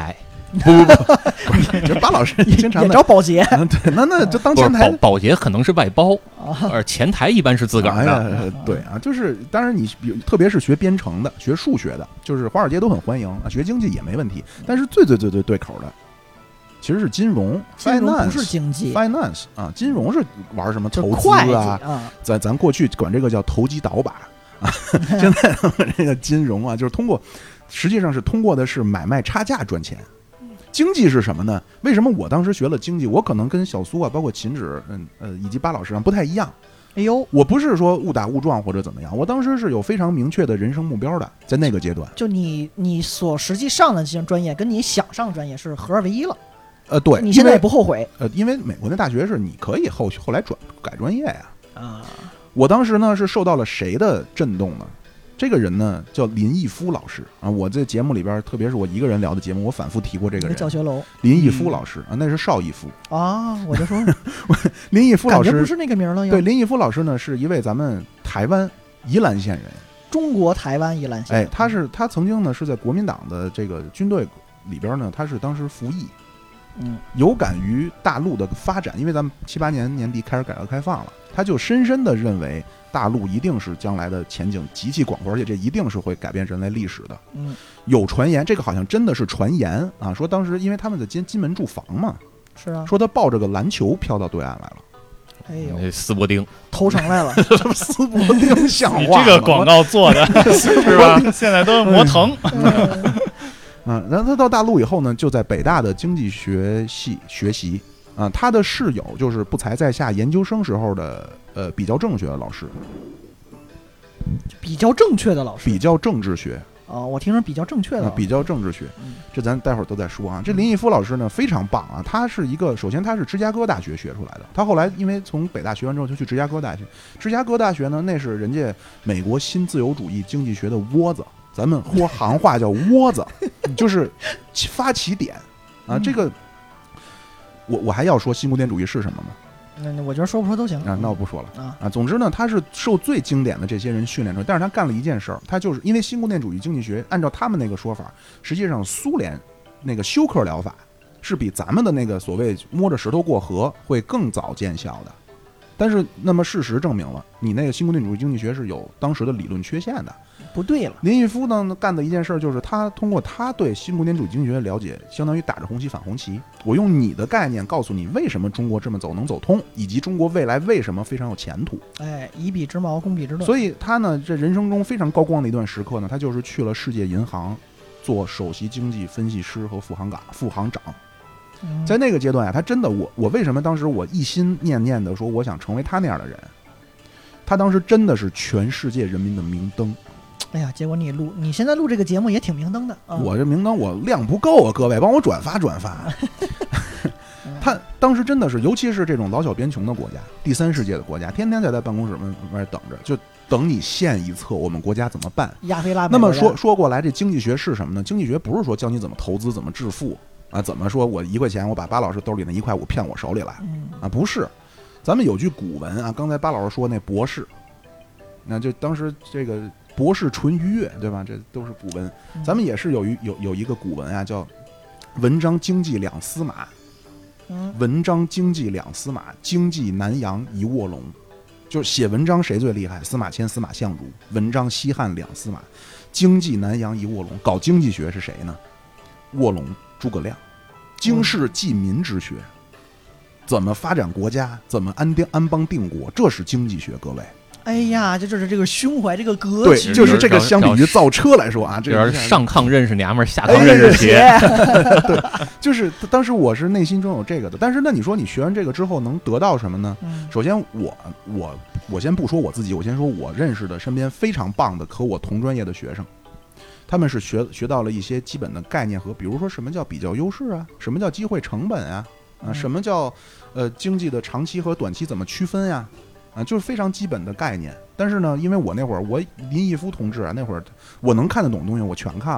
不，这巴老师经常也招保洁。 对，那就当前台保洁可能是外包，而前台一般是自个儿的。 对啊，就是当然你特别是学编程的、学数学的，就是华尔街都很欢迎啊，学经济也没问题。但是最对口的其实是金融， 金融不是经济 ，finance 啊，金融是玩什么投资啊？咱过去管这个叫投机倒把啊，现在这个金融啊，就是实际上是通过的是买卖差价赚钱。经济是什么呢？为什么我当时学了经济，我可能跟小苏啊，包括秦止，以及巴老师不太一样。 哎呦， 我不是说误打误撞或者怎么样，我当时是有非常明确的人生目标的，在那个阶段。 就你所实际上的这些专业，跟你想上专业是合二为一了。 对， 你现在也不后悔。 因为美国的大学是你可以后来改专业呀。 啊， 我当时呢是受到了谁的震动呢？这个人呢叫林毅夫老师啊，我在节目里边，特别是我一个人聊的节目，我反复提过这个人。 教学楼， 林毅夫老师啊，那是邵逸夫啊，我就说林毅夫老师感觉不是那个名了又。 对，林毅夫老师呢是一位咱们台湾宜兰县人， 中国台湾宜兰县。 哎，他曾经呢是在国民党的这个军队里边呢，他是当时服役。有感于大陆的发展，因为咱们78年年底开始改革开放了，他就深深的认为大陆一定是将来的前景极其广阔，而且这一定是会改变人类历史的。有传言，这个好像真的是传言啊，说当时因为他们在金门驻防嘛， 是啊， 说他抱着个篮球飘到对岸来了。 哎呦， 斯伯丁投诚来了， 斯伯丁像话吗？ 你这个广告做的是吧？现在都是魔腾。 然后他到大陆以后呢，就在北大的经济学系学习啊。他的室友就是不才在下研究生时候的比较正学的老师， 比较正确的老师， 比较政治学哦，我听说比较正确的比较政治学，这咱待会儿都在说啊。这林毅夫老师呢非常棒啊，他是首先他是芝加哥大学学出来的，他后来因为从北大学完之后就去芝加哥大学，芝加哥大学呢那是人家美国新自由主义经济学的窝子。咱们说行话叫窝子，就是发起点啊。这个我还要说新古典主义是什么吗？ 那我觉得说不说都行啊。那我不说了啊。总之呢，他是受最经典的这些人训练出来，但是他干了一件事儿，他就是因为新古典主义经济学，按照他们那个说法，实际上苏联那个休克疗法是比咱们的那个所谓摸着石头过河会更早见效的。但是那么事实证明了，你那个新古典主义经济学是有当时的理论缺陷的。 不对了， 林毅夫呢干的一件事就是他通过他对新古典主义经济学的了解，相当于打着红旗反红旗。我用你的概念告诉你为什么中国这么走能走通，以及中国未来为什么非常有前途。 哎，以彼之矛攻彼之盾。 所以他呢，这人生中非常高光的一段时刻呢，他就是去了世界银行做首席经济分析师和副行长。在那个阶段啊，他真的我为什么当时我一心念念的说我想成为他那样的人？他当时真的是全世界人民的明灯。 哎呀，结果你现在录这个节目也挺明灯的。 我这明灯我量不够啊，各位帮我转发。他当时真的是，尤其是这种老小边穷的国家，第三世界的国家，天天在办公室外等着，就等你献一策，我们国家怎么办？ 亚非拉。 那么说过来，这经济学是什么呢？经济学不是说教你怎么投资、怎么致富啊，怎么说我1块钱我把巴老师兜里那1块5骗我手里来啊？不是，咱们有句古文啊，刚才巴老师说那博士，那就当时这个。博士淳于越，对吧？这都是古文。咱们也是有一个古文啊，叫“文章经济两司马”。文章经济两司马，经济南阳一卧龙。就是写文章谁最厉害？司马迁、司马相如。文章西汉两司马，经济南阳一卧龙。搞经济学是谁呢？卧龙诸葛亮。经世济民之学，怎么发展国家，怎么安邦定国，这是经济学，各位。 哎呀，就是这个胸怀，这个格局， 对，就是这个。相比于造车来说啊，这是上炕认识娘们儿，下炕认识鞋。 对，就是当时我是内心中有这个的。但是那你说你学完这个之后能得到什么呢？首先我先不说我自己，我先说我认识的身边非常棒的和我同专业的学生，他们是学到了一些基本的概念和，比如说什么叫比较优势啊，什么叫机会成本啊，什么叫经济的长期和短期怎么区分呀？就是非常基本的概念。但是呢，因为我那会儿林毅夫同志啊，那会儿我能看得懂东西我全看了，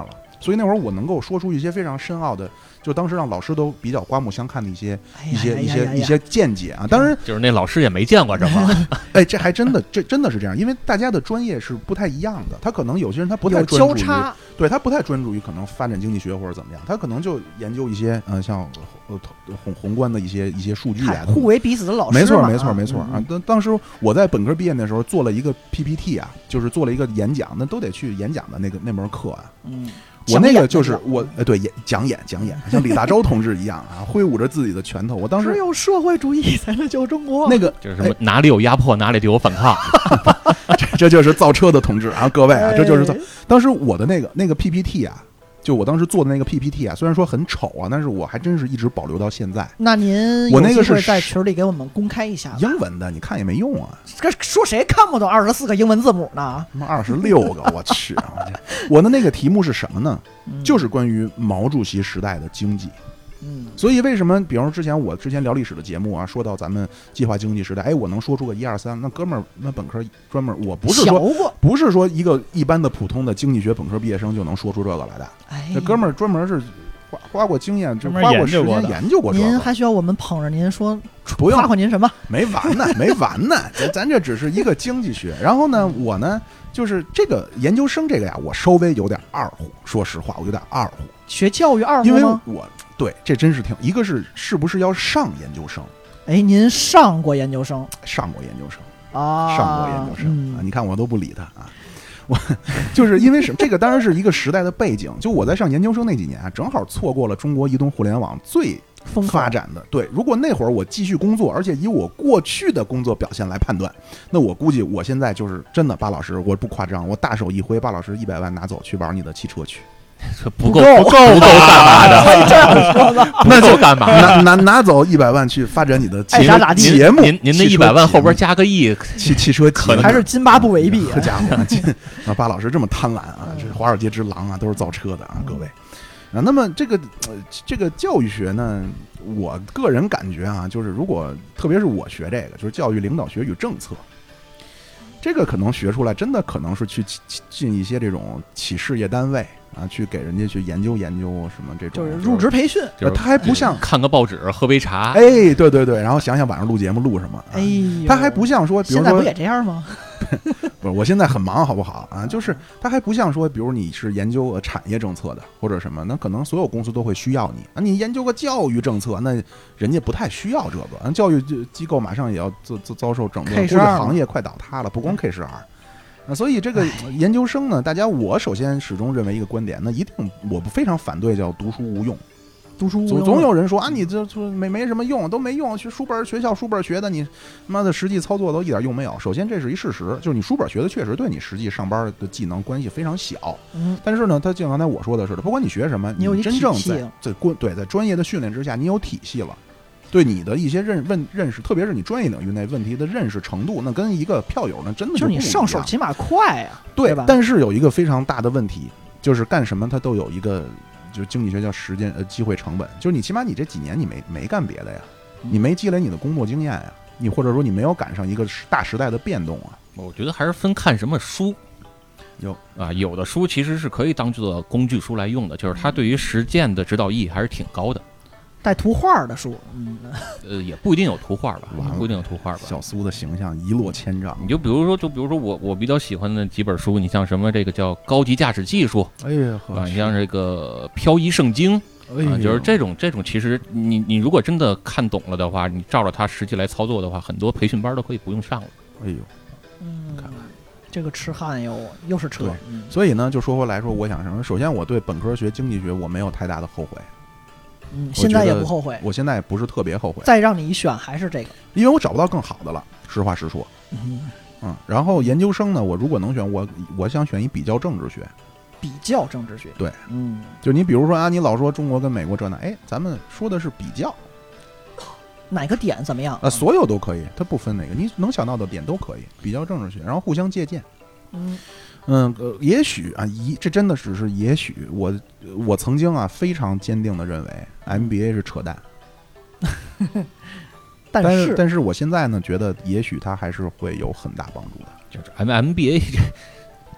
所以那会儿我能够说出一些非常深奥的，就当时让老师都比较刮目相看的一些见解啊。当然， 就是那老师也没见过这么， 哎，这还真的，这真的是这样，因为大家的专业是不太一样的。他可能有些人他不太专注于，对他不太专注于可能发展经济学或者怎么样，他可能就研究一些像宏观的一些数据啊， 互为彼此的老师。 没错啊。当时我在本科毕业的时候做了一个 PPT 啊，就是做了一个演讲，那都得去演讲的那门课啊。我那个就是对讲演，像李大钊同志一样啊，挥舞着自己的拳头。我当时只有社会主义才能救中国。 那个就是什么哪里有压迫哪里就有反抗， 这就是造车的同志啊，各位啊，这就是当时我的那个 PPT 啊。就我当时做的那个 PPT 啊，虽然说很丑啊，但是我还真是一直保留到现在。 那您有机会在群里给我们公开一下？ 英文的，你看也没用啊。 这说谁看不懂24个英文字母呢？ 他妈26个，我去！我的那个题目是什么呢？就是关于毛主席时代的经济。所以为什么，比方说我之前聊历史的节目啊，说到咱们计划经济时代，哎，我能说出个1、2、3，那哥们儿，那本科专门，我不是说一个一般的普通的经济学本科毕业生就能说出这个来的。那哥们儿专门是花过经验，花过时间研究过这个。 您还需要我们捧着您说， 不用夸夸您什么？ 没完呢，咱这只是一个经济学。然后呢，我呢就是这个研究生这个呀，我稍微有点二乎，说实话，我有点二乎。 学教育二乎吗？ 因为对，这真是一个是不是要上研究生？ 哎，您上过研究生？ 上过研究生啊， 上过研究生啊！你看我都不理他啊，我就是因为什么？这个当然是一个时代的背景。就我在上研究生那几年啊，正好错过了中国移动互联网最发展的。对，如果那会儿我继续工作，而且以我过去的工作表现来判断，那我估计我现在就是真的，巴老师，我不夸张，我大手一挥，巴老师100万拿走去玩你的汽车去。 不够干嘛的？ 这样说的， 那就干嘛？拿走100万去发展你的节目。 您那100万后边加个亿， 汽车可能还是津巴布韦币。 好家伙，巴老师这么贪婪啊！这是华尔街之狼啊，都是造车的啊，各位。那么这个教育学呢，我个人感觉啊，就是如果特别是我学这个，就是教育领导学与政策。这个可能学出来，真的可能是去进一些这种企事业单位啊，去给人家去研究研究什么这种， 就是入职培训。 他还不像看个报纸、喝杯茶， 哎，对，然后想想晚上录节目录什么， 哎， 他还不像说，比如说现在不也这样吗？ 不是，我现在很忙，好不好啊？就是他还不像说，比如你是研究产业政策的或者什么，那可能所有公司都会需要你啊。你研究个教育政策，那人家不太需要这个。教育机构马上也要遭受整个估计行业快倒塌了，不光 K12。所以这个研究生呢，我首先始终认为一个观点，那一定我非常反对叫读书无用。总有人说啊，你这没什么用，都没用，学校书本学的，你妈的实际操作都一点用没有。首先这是一事实，就是你书本学的确实对你实际上班的技能关系非常小。但是呢，他就像刚才我说的似的，不管你学什么，你真正在专业的训练之下，你有体系了，对你的一些认识，特别是你专业领域内问题的认识程度，那跟一个票友呢真的就是你上手起码快啊， 对吧？ 但是有一个非常大的问题，就是干什么它都有一个。就是经济学叫时间机会成本，就是你起码你这几年你没干别的呀，你没积累你的工作经验呀，你或者说你没有赶上一个大时代的变动啊。 我觉得还是分看什么书。有的书其实是可以当做工具书来用的，就是它对于实践的指导意义还是挺高的。 带图画的书， 也不一定有图画吧，不一定有图画吧。 小苏的形象一落千丈。 你就比如说我比较喜欢的几本书，你像什么这个叫《高级驾驶技术》， 哎呀， 你像这个《漂移圣经》，就是这种其实你如果真的看懂了的话，你照着它实际来操作的话，很多培训班都可以不用上了。 哎呦， 看看这个痴汉又是车。 所以呢，就说回来说，我想什么？首先，我对本科学经济学我没有太大的后悔。 现在也不后悔， 我现在也不是特别后悔。 再让你一选，还是这个， 因为我找不到更好的了，实话实说。然后研究生呢，我如果能选，我想选一比较政治学。 比较政治学， 对，就你比如说啊，你老说中国跟美国这那，哎，咱们说的是比较， 哪个点怎么样？ 所有都可以，它不分哪个，你能想到的点都可以，比较政治学，然后互相借鉴。也许啊，这真的只是也许，我曾经啊非常坚定的认为 MBA 是扯淡，但是我现在呢觉得也许它还是会有很大帮助的。 就是 MBA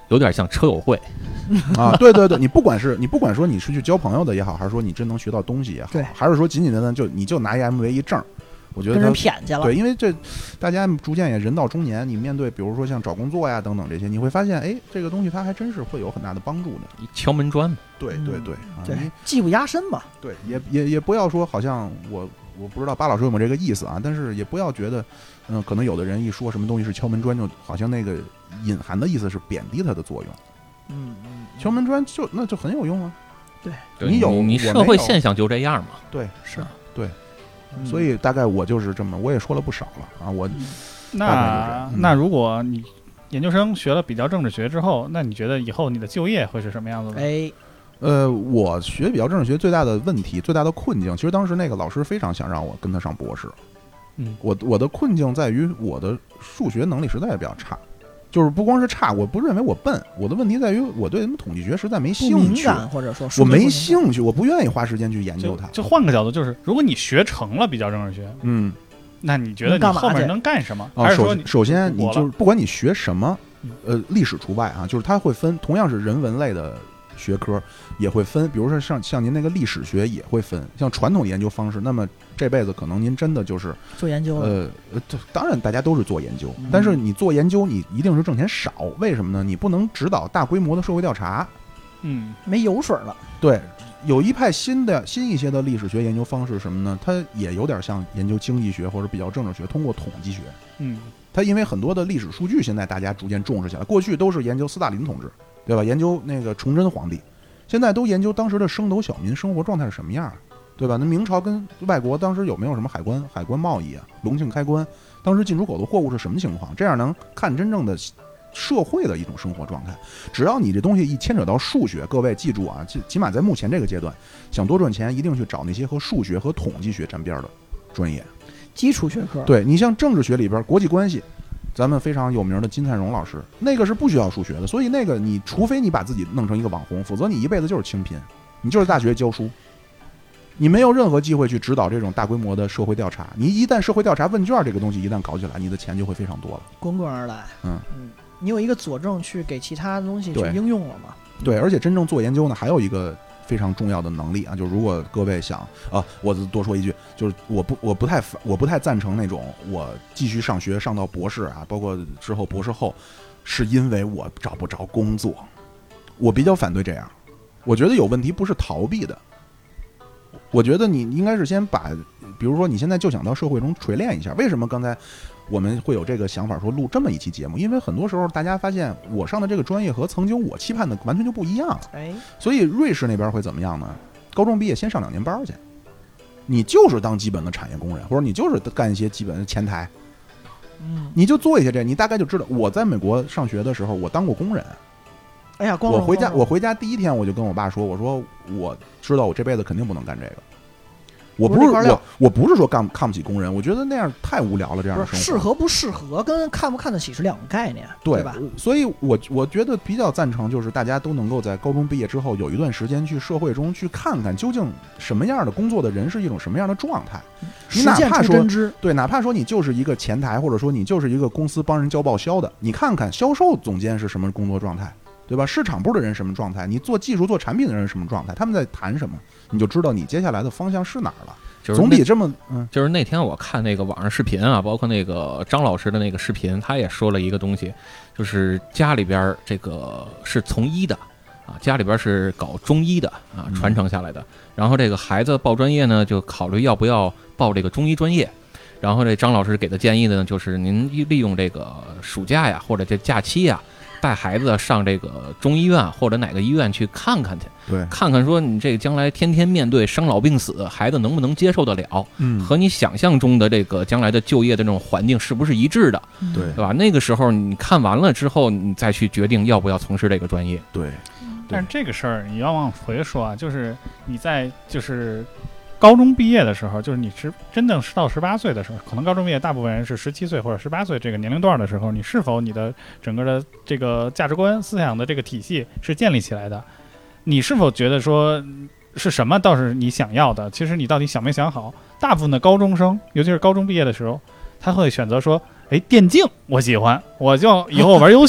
有点像车友会啊，对对对，你不管说你是去交朋友的也好，还是说你真能学到东西也好， 对， 还是说仅仅单单你就拿一 MV 一证，我觉得跟人谝去了。 对，因为这大家逐渐也人到中年，你面对比如说像找工作呀等等这些，你会发现，哎，这个东西它还真是会有很大的帮助的， 一敲门砖嘛。 对对对， 对，技不压身嘛。 对，也不要说好像我不知道巴老师有没有这个意思啊，但是也不要觉得，可能有的人一说什么东西是敲门砖，就好像那个隐含的意思是贬低它的作用。敲门砖那就很有用啊。 对， 你社会现象就这样嘛。 对， 是， 对，所以大概我就是这么，我也说了不少了啊。我那如果你研究生学了比较政治学之后，那你觉得以后你的就业会是什么样子呢？ 我学比较政治学最大的问题、最大的困境，其实当时那个老师非常想让我跟他上博士。我的困境在于我的数学能力实在是比较差。就是不光是差，我不认为我笨，我的问题在于我对什么统计学实在没兴趣， 或者说我没兴趣，我不愿意花时间去研究它。 就换个角度，就是如果你学成了比较政治学，那你觉得你后面能干什么？还是说首先你就是不管你学什么，历史除外啊，就是它会分，同样是人文类的学科也会分，比如说像您那个历史学也会分，像传统的研究方式，那么这辈子可能您真的就是做研究了。 当然大家都是做研究，但是你做研究你一定是挣钱少，为什么呢？你不能指导大规模的社会调查， 没油水了。 对，有一派新一些的历史学研究方式什么呢？它也有点像研究经济学或者比较政治学，通过统计学。它因为很多的历史数据现在大家逐渐重视起来，过去都是研究斯大林同志，对吧？研究那个崇祯皇帝，现在都研究当时的升斗小民生活状态是什么样，对吧？那明朝跟外国当时有没有什么海关贸易啊？隆庆开关，当时进出口的货物是什么情况？这样能看真正的社会的一种生活状态。只要你这东西一牵扯到数学，各位记住啊，起码在目前这个阶段，想多赚钱，一定去找那些和数学和统计学沾边的专业， 基础学科。 对，你像政治学里边国际关系，咱们非常有名的金灿荣老师，那个是不需要数学的，所以那个你除非你把自己弄成一个网红，否则你一辈子就是清贫，你就是大学教书，你没有任何机会去指导这种大规模的社会调查。你一旦社会调查问卷这个东西一旦搞起来，你的钱就会非常多了， 滚滚而来。你有一个佐证去给其他东西去应用了嘛？ 对，而且真正做研究呢，还有一个非常重要的能力啊，就是如果各位想啊，我多说一句，就是我不太赞成那种我继续上学上到博士啊，包括之后博士后，是因为我找不着工作，我比较反对这样。我觉得有问题不是逃避的，我觉得你应该是先把，比如说你现在就想到社会中锤炼一下。为什么刚才我们会有这个想法说录这么一期节目？因为很多时候大家发现我上的这个专业和曾经我期盼的完全就不一样。所以瑞士那边会怎么样呢？高中毕业先上2年班去，你就是当基本的产业工人，或者你就是干一些基本的前台，你就做一些这，你大概就知道。我在美国上学的时候，我当过工人。 哎呀， 我回家第一天我就跟我爸说，我说我知道我这辈子肯定不能干这个。我不是说看不起工人，我觉得那样太无聊了，这样的生活。 适合不适合跟看不看得起是两个概念，对吧？ 所以我觉得比较赞成，就是大家都能够在高中毕业之后有一段时间去社会中去看看，究竟什么样的工作的人是一种什么样的状态。你哪怕说对，哪怕说你就是一个前台，或者说你就是一个公司帮人交报销的，你看看销售总监是什么工作状态，对吧？市场部的人什么状态？你做技术做产品的人什么状态？他们在谈什么？你就知道你接下来的方向是哪儿了。总比这么就是那天我看那个网上视频啊，包括那个张老师的那个视频，他也说了一个东西，就是家里边这个是从医的啊，家里边是搞中医的啊，传承下来的。然后这个孩子报专业呢，就考虑要不要报这个中医专业。然后这张老师给的建议呢，就是您利用这个暑假呀，或者这假期呀，带孩子上这个中医院或者哪个医院去看看去， 对， 看看说你这个将来天天面对生老病死，孩子能不能接受得了？和你想象中的这个将来的就业的这种环境是不是一致的？ 对， 对吧？那个时候你看完了之后，你再去决定要不要从事这个专业。 对， 但是这个事儿你要往回说啊，就是你在就是高中毕业的时候，就是你是真正到18岁的时候，可能高中毕业大部分人是17岁或者18岁这个年龄段的时候，你是否你的整个的这个价值观思想的这个体系是建立起来的？你是否觉得说是什么倒是你想要的？其实你到底想没想好？大部分的高中生，尤其是高中毕业的时候，他会选择说，哎，电竞我喜欢，我就以后玩游戏。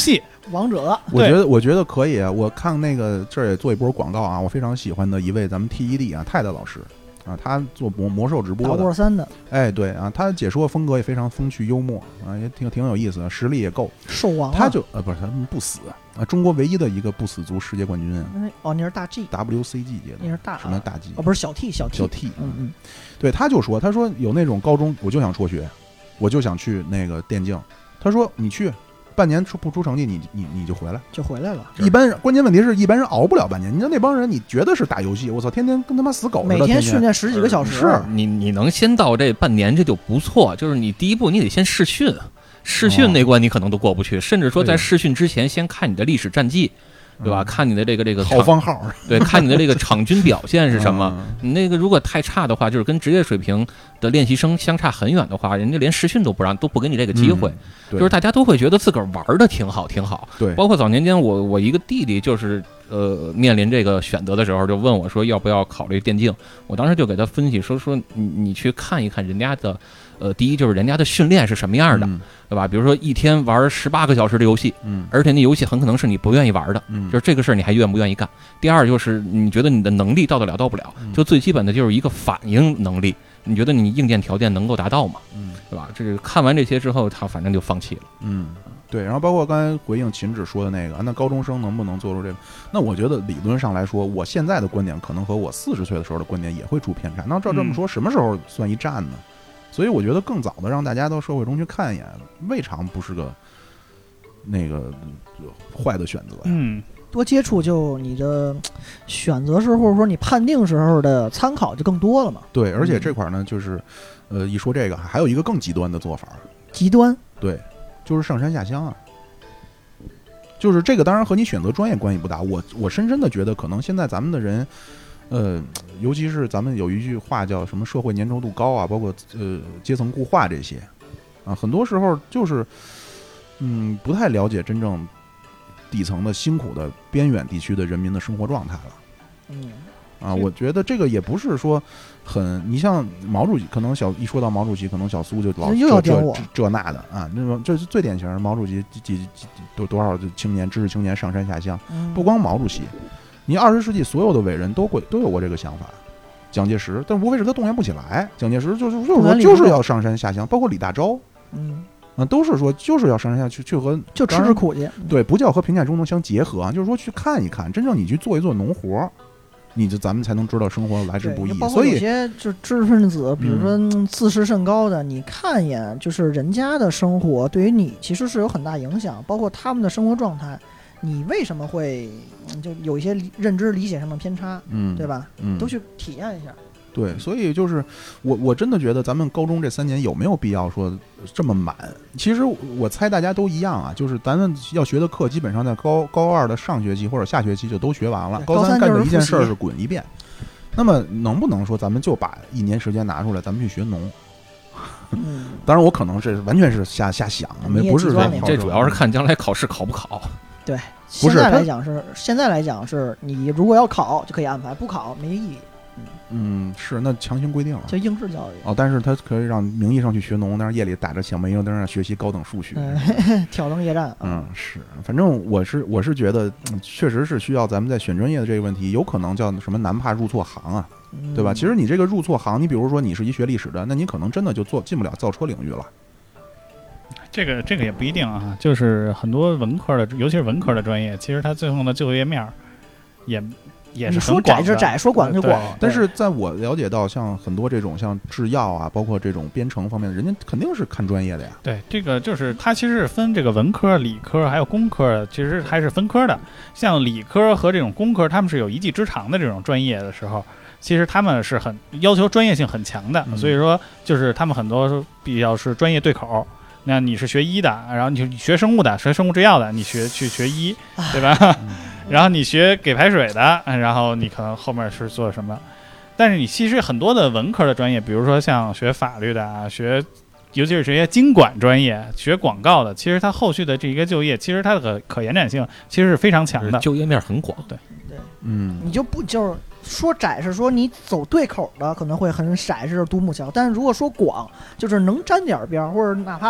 王者。 我觉得可以啊。我看那个这儿也做一波广告啊，我非常喜欢的一位咱们 TED 啊泰德老师啊，他做魔兽直播的， 打过3的， 哎对啊，他解说风格也非常风趣幽默啊，也挺有意思的，实力也够。 兽王他就不是他不死啊，中国唯一的一个不死族世界冠军啊。 哦，你是大 G WCG 界的， 你是大什么大 G？ 哦，不是小 T。 对，他说有那种高中我就想辍学，我就想去那个电竞。他说你去半年不出成绩，你就回来了。一般关键问题是一般人熬不了半年。你说那帮人，你觉得是打游戏，我操，天天跟他妈死狗似的， 每天训练10几个小时。 是你能先到这半年，这就不错。就是你第一步，你得先试训，试训那关你可能都过不去，甚至说在试训之前，先看你的历史战绩。对吧？看你的这个好方号， 对，看你的这个场均表现是什么。你那个如果太差的话，就是跟职业水平的练习生相差很远的话，人家连试训都不给你这个机会。就是大家都会觉得自个儿玩的挺好。 对， 包括早年间我一个弟弟就是面临这个选择的时候，就问我说要不要考虑电竞。我当时就给他分析说你去看一看人家的。第一就是人家的训练是什么样的，对吧？比如说一天玩18个小时的游戏，而且那游戏很可能是你不愿意玩的，就是这个事儿你还愿不愿意干？第二就是你觉得你的能力到得了到不了，就最基本的就是一个反应能力，你觉得你硬件条件能够达到吗？对吧？这个看完这些之后，他反正就放弃了。 对。然后包括刚才回应秦止说的那个，那高中生能不能做出这个？那我觉得理论上来说，我现在的观点可能和我40岁的时候的观点也会出偏差。那照这么说，什么时候算一战呢？所以我觉得更早的让大家到社会中去看一眼，未尝不是个那个坏的选择呀。 多接触就你的选择时候或者说你判定时候的参考就更多了嘛。 对，而且这块呢，就是一说这个，还有一个更极端的做法。 极端？对， 就是上山下乡啊。就是这个当然和你选择专业关系不大。我深深的觉得，可能现在咱们的人。尤其是咱们有一句话叫什么社会粘稠度高啊，包括阶层固化这些啊，很多时候就是不太了解真正底层的辛苦的边远地区的人民的生活状态了。我觉得这个也不是说你像毛主席，可能一说到毛主席，可能小苏就老又要点我这那的啊，那这是最典型的毛主席多少青年知识青年上山下乡，不光毛主席。你20世纪所有的伟人都有过这个想法，蒋介石，但无非是他动员不起来。蒋介石就是要上山下乡，包括李大钊，都是说就是要上山下去和就吃苦去。 对，不叫和贫贱中农相结合啊，就是说去看一看，真正你去做一做农活，咱们才能知道生活来之不易。所以有些就知识分子，比如说自视甚高的，你看一眼，就是人家的生活对于你其实是有很大影响，包括他们的生活状态。你为什么会就有一些认知理解上的偏差，对吧？都去体验一下。 对，所以就是我真的觉得咱们高中这3年有没有必要说这么满？其实我猜大家都一样啊，就是咱们要学的课基本上在高2的上学期或者下学期就都学完了，高3干的一件事是滚一遍。那么能不能说咱们就把1年时间拿出来，咱们去学农？当然我可能是完全是瞎想，不是说这主要是看将来考试考不考。 对，现在来讲是你如果要考就可以安排，不考没意义。 是那强行规定了， 就应试教育。 但是他可以让名义上去学农，但是夜里打着小煤油灯上学习高等数学， 挑灯夜战。 是，反正我是觉得，确实是需要咱们在选专业的这个问题，有可能叫什么难怕入错行啊，对吧？其实你这个入错行，你比如说你是一学历史的，那你可能真的就进不了造车领域了。 这个也不一定啊，就是很多文科的，尤其是文科的专业，其实它最后的就业面也是说窄是窄，说广就广。 但是在我了解到，像很多这种像制药啊，包括这种编程方面的，人家肯定是看专业的呀。 对，这个就是它其实是分这个文科、理科还有工科，其实还是分科的。像理科和这种工科，他们是有一技之长的这种专业的时候，其实他们是很要求专业性很强的，所以说就是他们很多比较是专业对口。那你是学医的，然后你学生物的，学生物制药的，你去学医，对吧？然后你学给排水的，然后你可能后面是做什么？但是你其实很多的文科的专业，比如说像学法律的，尤其是这些经管专业，学广告的，其实它后续的这一个就业，其实它的可延展性其实是非常强的， 就业面很广。 对，你就是说窄是说你走对口的可能会很窄，是独木桥。但是如果说广，就是能沾点边，或者哪怕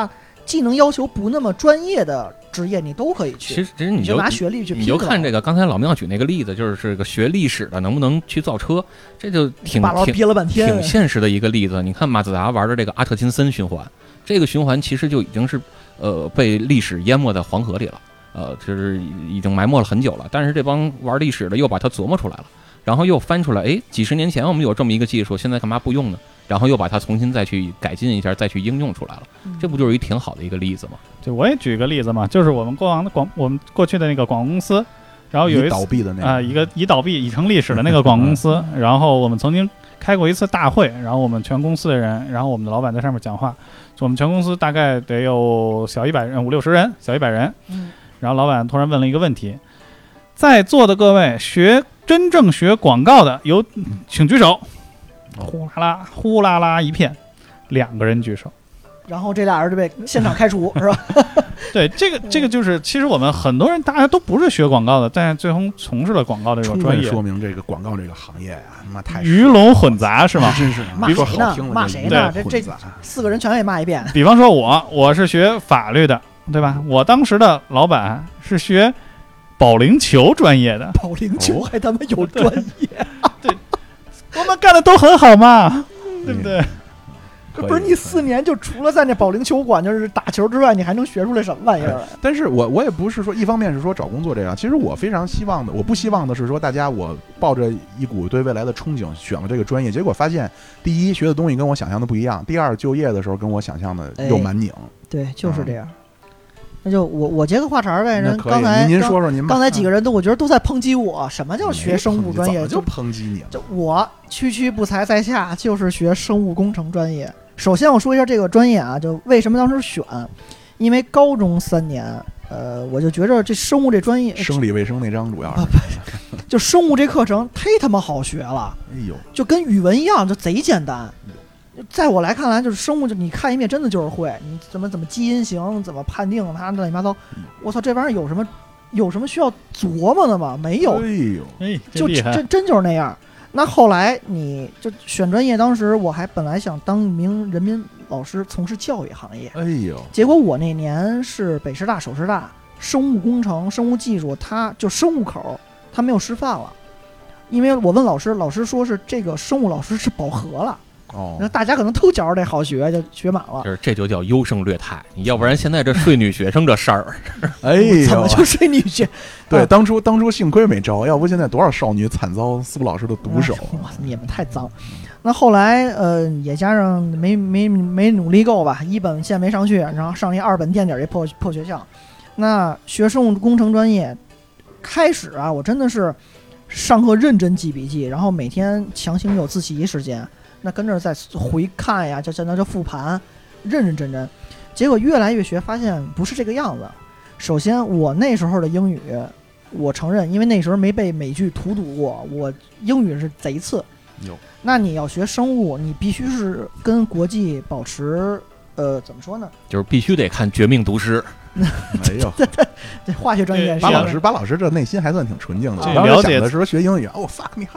技能要求不那么专业的职业，你都可以去。 其实你就拿学历去拼， 你就看这个刚才老庙举那个例子，就是个学历史的能不能去造车，这就挺憋了半天， 挺现实的一个例子。你看马自达玩的这个阿特金森循环，这个循环其实就已经是被历史淹没在黄河里了，就是已经埋没了很久了。但是这帮玩历史的又把它琢磨出来了，然后又翻出来，哎，几十年前我们有这么一个技术，现在干嘛不用呢？然后又把它重新再去改进一下，再去应用出来了，这不就是一挺好的一个例子吗？ 就我也举一个例子嘛，就是我们过去的那个广公司，然后有一次倒闭的那个一个已倒闭已成历史的那个广公司，然后我们曾经开过一次大会，然后我们全公司的人，然后我们的老板在上面讲话，我们全公司大概得有小100人，50-60人，小100人。然后老板突然问了一个问题：在座的各位真正学广告的请举手。呼啦啦一片，2个人举手， 然后这俩人就被现场开除，是吧？ 对，这个就是，其实我们很多人大家都不是学广告的，但是最后从事了广告的这种专业， 说明这个广告这个行业呀，他妈太鱼龙混杂，是吗？ 真是骂谁呢？骂谁呢？这4个人全给骂一遍。 比方说我是学法律的，对吧？我当时的老板是学保龄球专业的， 保龄球还他妈有专业？ 对。我们干的都很好嘛，对不对？ 不是你4年就除了在那保龄球馆就是打球之外，你还能学出来什么玩意儿来？ 但是我也不是说，一方面是说找工作这样，其实我非常希望的，我不希望的是说大家我抱着一股对未来的憧憬选了这个专业，结果发现第一学的东西跟我想象的不一样，第二就业的时候跟我想象的又蛮拧。 对，就是这样。那就我接个话茬呗。人刚才您说说您刚才几个人我觉得都在抨击我。什么叫学生物专业？ 就抨击你。 就我区不才在下，就是学生物工程专业。首先我说一下这个专业啊，就为什么当时选，因为高中3年，我就觉着这生物这专业， 生理卫生那章主要是， 就生物这课程忒他妈好学了。 哎呦， 就跟语文一样，就贼简单。在我来看来，就是生物，就你看一遍真的就是会，你怎么基因型，怎么判定它乱七八糟。我操，这玩意儿有什么需要琢磨的吗？没有。 哎呦， 就真就是那样。那后来你就选专业，当时我还本来想当一名人民老师，从事教育行业。 哎呦， 结果我那年是北师大、首师大生物工程、生物技术，它就生物口，它没有师范了。因为我问老师，老师说是这个生物老师是饱和了。那大家可能都觉着这好学，就学满了。 这就叫优胜劣汰，你要不然现在这睡女学生这事儿， 哎呦， 怎么就睡女学？ 对，当初幸亏没招，要不现在多少少女惨遭苏老师的毒手。 哇，你们太脏。那后来也加上没努力够吧，一本线没上去，然后上一2本垫底这破学校。那学生物工程专业开始啊，我真的是上课认真记笔记，然后每天强行有自习时间。那跟着再回看呀，就复盘，认真。结果越来越学，发现不是这个样子。首先，我那时候的英语，我承认，因为那时候没被美剧荼毒过，我英语是贼次。那你要学生物，你必须是跟国际保持怎么说呢？ 就是必须得看《绝命毒师》。 没有， 这化学专业， 巴老师这内心还算挺纯净的。 了解的时候学英语，fuck me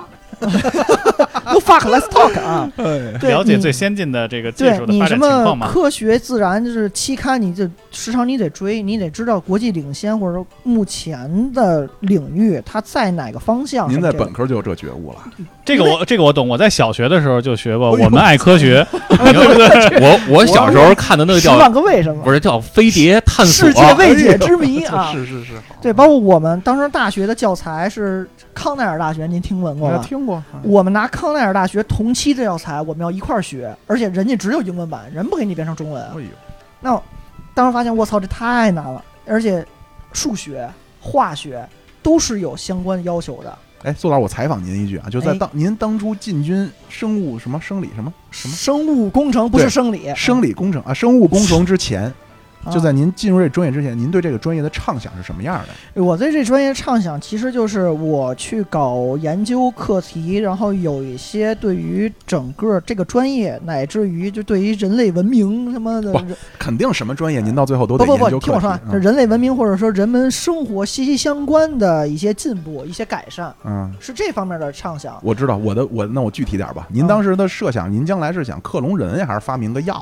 hard，no fuck，let's talk 啊。 了解最先进的这个技术的发展情况嘛。 科学自然就是期刊，你就时常你得追，你得知道国际领先或者说目前的领域它在哪个方向。 您在本科就有这觉悟了？ 这个我懂，我在小学的时候就学过。我们爱科学， 我小时候看的那个叫 10万个为什么， 不是叫飞碟探索世界未解之谜啊！ 是， 对，包括我们当时大学的教材是康奈尔大学，您听闻过吗？ 听过。 我们拿康奈尔大学同期的教材，我们要一块儿学，而且人家只有英文版，人不给你变成中文。那当时发现，我操，这太难了，而且数学、化学都是有相关要求的。 哎，宋老师，我采访您一句啊，就在您当初进军生物什么生理什么生物工程，不是生理， 生理工程啊，生物工程之前。就在您进入这专业之前，您对这个专业的畅想是什么样的？ 我对这专业畅想其实就是我去搞研究课题，然后有一些对于整个这个专业，乃至于就对于人类文明他妈的， 肯定什么专业您到最后都得研究课题。 听我说，人类文明或者说人们生活息息相关的一些进步、一些改善，是这方面的畅想。 我知道，那我具体点吧。您当时的设想，您将来是想克隆人呀，还是发明个药啊？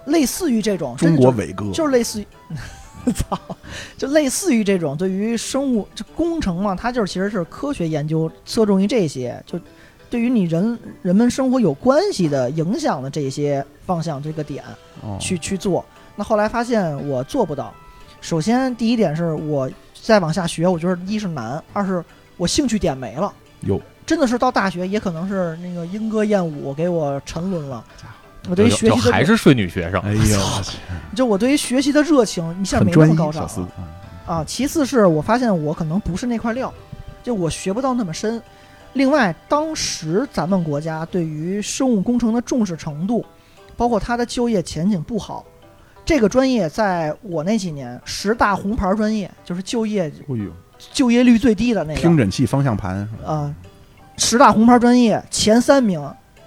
类似于这种中国伟哥， 就是类似于操，就类似于这种对于生物这工程嘛，它就是其实是科学研究，侧重于这些，就对于你人们生活有关系的、影响的这些方向这个点去做。那后来发现我做不到。首先第一点是我再往下学，我觉得一是难，二是我兴趣点没了。真的是到大学也可能是那个莺歌燕舞给我沉沦了。我对于学习的还是睡女学生。 哎呦， 就我对于学习的热情一下没那么高涨啊。其次是我发现我可能不是那块料，就我学不到那么深。另外，当时咱们国家对于生物工程的重视程度，包括它的就业前景不好。这个专业在我那几年10大红牌专业，就是就业率最低的那个听诊器方向盘 10大红牌专业前3名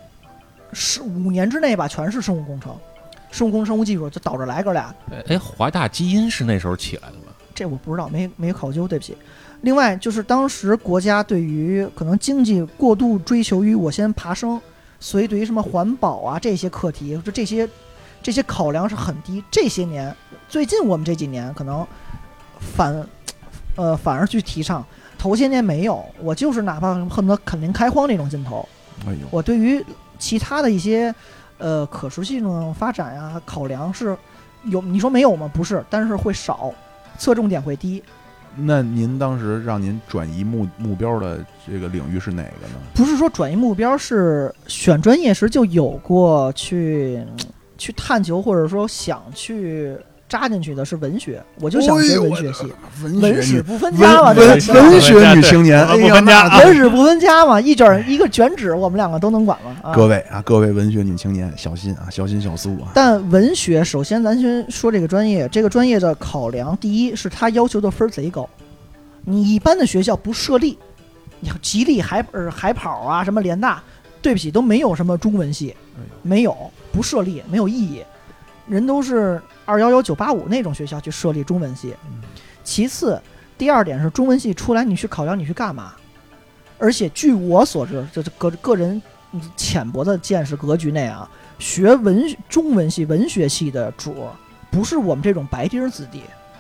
，5年之内吧，全是生物工程、生物技术，就倒着来哥俩。 华大基因是那时候起来的吧？ 这我不知道，没考究，对不起。另外就是当时国家对于可能经济过度追求于我先爬升，所以对于什么环保啊这些课题，就这些考量是很低。这些年，最近我们这几年可能反而去提倡，头些年没有，我就是哪怕恨不得垦林开荒那种劲头。我对于其他的一些可持续性发展呀考量是有，你说没有吗？不是，但是会少，侧重点会低。 那您当时让您转移目标的这个领域是哪个呢？ 不是说转移目标，是选专业时就有过去探求，或者说想去扎进去的是文学，我就想学文学系。文史不分家嘛， 文学女青年不分家， 文史不分家嘛，一个卷纸我们两个都能管嘛。 各位文学女青年小心啊，小心小苏啊。 但文学首先咱先说这个专业的考量，第一是它要求的分贼高，你一般的学校不设立，你吉利海跑啊什么联大，对不起都没有什么中文系，没有，不设立没有意义，人都是211、985那种学校去设立中文系。其次，第二点是中文系出来你去考量你去干嘛？而且据我所知，这个人浅薄的见识格局内啊，学中文系文学系的主不是我们这种白丁子弟。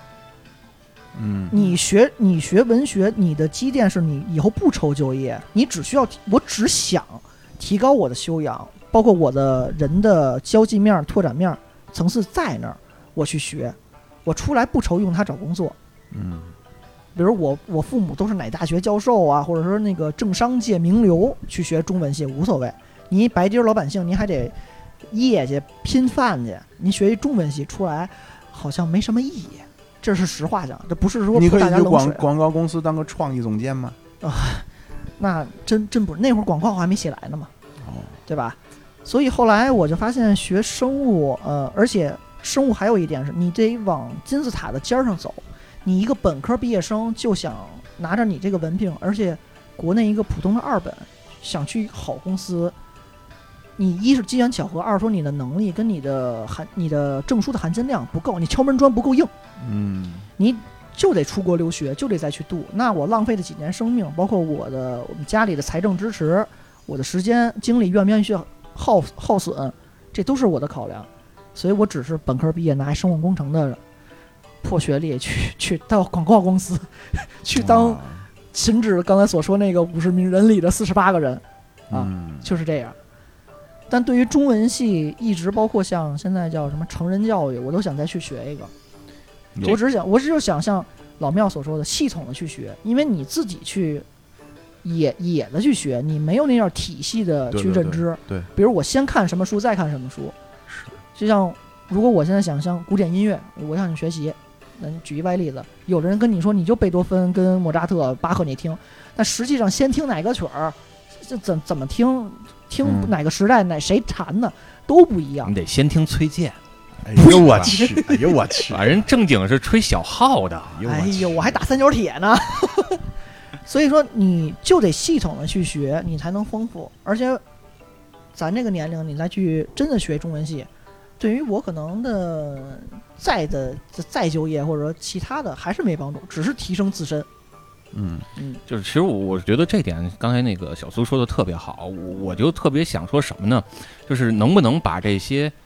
你学文学，你的积淀是你以后不愁就业，你只需要我只想提高我的修养，包括我的人的交际面、拓展面层次在那儿，我去学，我出来不愁用它找工作。比如我父母都是哪大学教授啊，或者说那个政商界名流去学中文系无所谓，你白丁老百姓你还得业去拼饭去，你学一中文系出来好像没什么意义。这是实话讲，这不是说你可以去广告公司当个创意总监吗？ 那真不，那会儿广告还没起来呢嘛，对吧？所以后来我就发现学生物，而且生物还有一点是，你得往金字塔的尖上走。你一个本科毕业生就想拿着你这个文凭，而且国内一个普通的2本，想去好公司，你一是机缘巧合，二说你的能力跟你的证书的含金量不够，你敲门砖不够硬。你就得出国留学，就得再去读。那我浪费了几年生命，包括我们家里的财政支持，我的时间精力愿不愿意去耗损，这都是我的考量。所以我只是本科毕业拿生物工程的破学历去到广告公司去当秦止刚才所说那个50名人里的48个人就是这样。但对于中文系一直包括像现在叫什么成人教育，我都想再去学一个。我只有想像老庙所说的系统的去学，因为你自己去野的去学，你没有那样体系的去认知。 对， 比如我先看什么书，再看什么书。就像如果我现在想像古典音乐，我想去学习，那你举一歪例子，有的人跟你说你就贝多芬跟莫扎特、巴赫你听，但实际上先听哪个曲儿，怎么听哪个时代谁弹的都不一样。 你得先听崔健。 哎呦我去！哎呦我去！ 人正经是吹小号的。 哎呦，我还打三角铁呢。所以说，你就得系统的去学，你才能丰富。而且，咱这个年龄，你再去真的学中文系，对于我可能的再就业或者说其他的还是没帮助，只是提升自身。 就是其实我觉得这点刚才那个小苏说的特别好，我就特别想说什么呢？就是能不能把这些